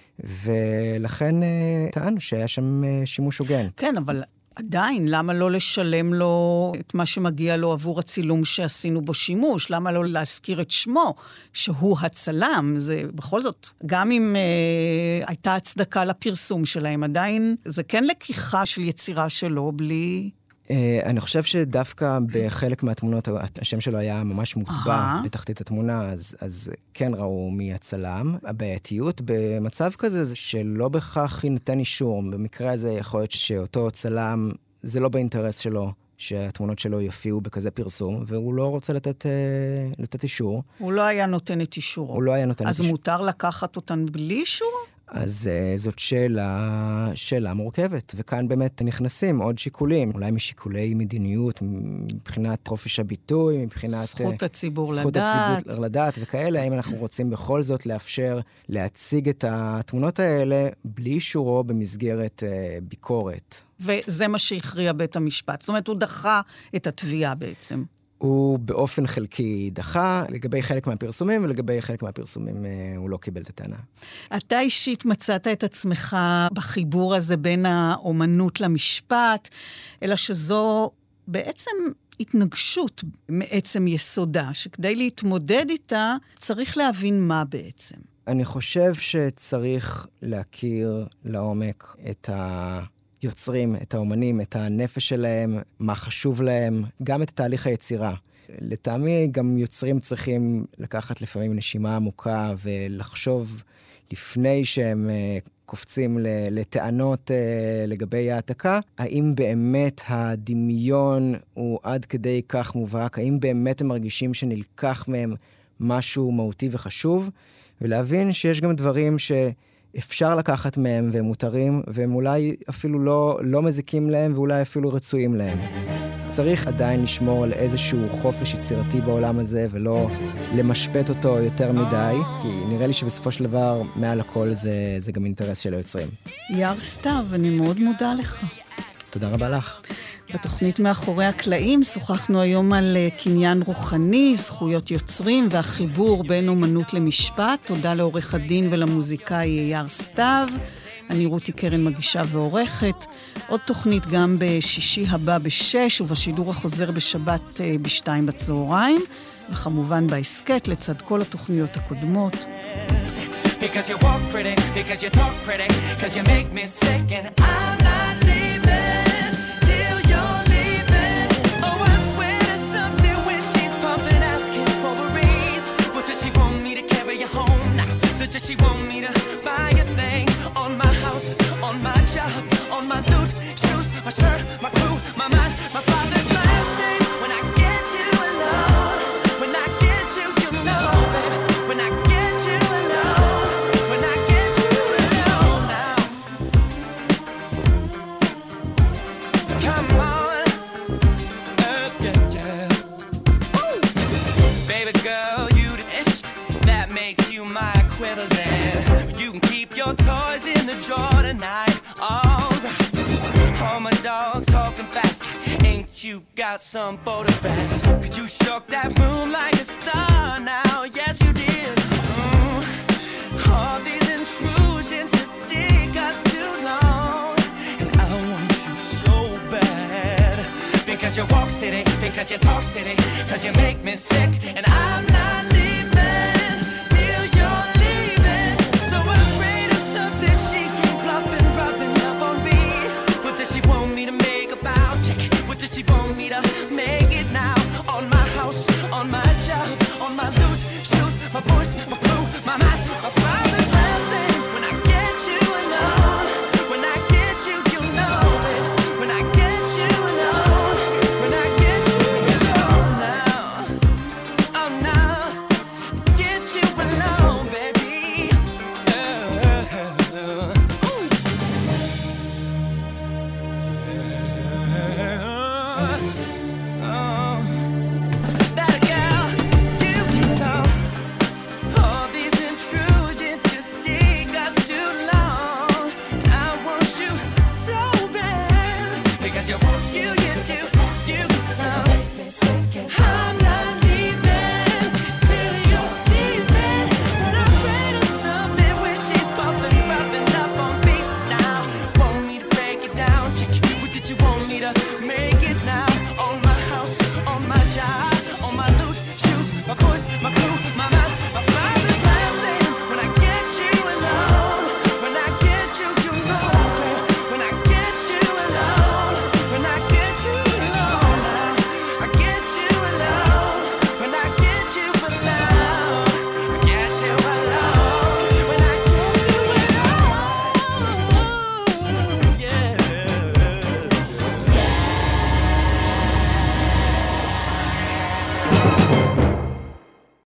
ולכן טענו שהיה שם שימוש הוגן. כן, אבל עדיין, למה לא לשלם לו את מה שמגיע לו עבור הצילום שעשינו בו שימוש? למה לא להזכיר את שמו, שהוא הצלם? זה בכל זאת, גם אם הייתה הצדקה לפרסום שלהם, עדיין זה כן לקיחה של יצירה שלו בלי אני חושב שדווקא בחלק מהתמונות, השם שלו היה ממש מוטבע בתחתית התמונה, אז כן ראו מי הצלם. הבעייתיות במצב כזה זה שלא בכך יינתן אישור. במקרה הזה יכול להיות שאותו צלם, זה לא באינטרס שלו, שהתמונות שלו יופיעו בכזה פרסום, והוא לא רוצה לתת אישור. הוא לא היה נותן את אישורו. הוא לא היה נותן את אישורו. אז מותר לקחת אותן בלי אישור? אז זאת שאלה מורכבת, וכאן באמת נכנסים עוד שיקולים, אולי משיקולי מדיניות, מבחינת חופש הביטוי, מבחינת זכות הציבור לדעת וכאלה, האם אנחנו רוצים בכל זאת לאפשר להציג את התמונות האלה בלי אישורו במסגרת ביקורת. וזה מה שהכריע בית המשפט, זאת אומרת הוא דחה את התביעה בעצם. הוא באופן חלקי דחה לגבי חלק מהפרסומים, ולגבי חלק מהפרסומים הוא לא קיבל את הטענה. אתה אישית מצאת את עצמך בחיבור הזה בין האומנות למשפט, אלא שזו בעצם התנגשות מעצם יסודה, שכדי להתמודד איתה צריך להבין מה בעצם. אני חושב שצריך להכיר לעומק את יוצרים, את האומנים, את הנפש שלהם, מה חשוב להם, גם את תהליך היצירה. לטעמי גם יוצרים צריכים לקחת לפעמים נשימה עמוקה ולחשוב לפני שהם קופצים לטענות לגבי העתקה, האם באמת הדמיון הוא עד כדי כך מובהק, האם באמת הם מרגישים שנלקח מהם משהו מהותי וחשוב, ולהבין שיש גם דברים אפשר לקחת מהם והם מותרים, והם אולי אפילו לא מזיקים להם, ואולי אפילו רצויים להם. צריך עדיין לשמור על איזשהו חופש יצירתי בעולם הזה, ולא למשפט אותו יותר מדי, כי נראה לי שבסופו של דבר, מעל הכל זה גם אינטרס של היוצרים. יער סתיו, אני מאוד מודה לך. תודה רבה לך. בתוכנית מאחורי הקלעים שוחחנו היום על קניין רוחני, זכויות יוצרים והחיבור בין אומנות למשפט. תודה לעורך הדין ולמוזיקאי יער סתיו. אני רותי קרן מגישה ועורכת. עוד תוכנית גם בשישי הבא ב-6 ובשידור החוזר בשבת ב-2 בצהריים. וכמובן בהסקט לצד כל התוכניות הקודמות. Because you walk pretty, because you talk pretty, because you make me sick and I'm not leaving till you're leaving. Oh, I swear to something when she's pumping, asking for a raise. What does she want me to carry you home? Nah, does she want me to buy a thing? On my house, on my job, on my dude, shoes, my shirt, my crew, my mind, my father's last name. When I get you alone, when I get you, you know, baby, when I get you alone, when I get you alone now. Come on, yeah. Baby girl, you the ish that makes you my equivalent. You can keep your toys in the drawer tonight. Alright. All my dogs talking fast. Ain't you got some photographs? Cause you shook that room like a star now. Yes, you did. All these intrusions just take us too long. And I want you so bad. Because you walk city, because you talk city, because you make me sick. And I'm not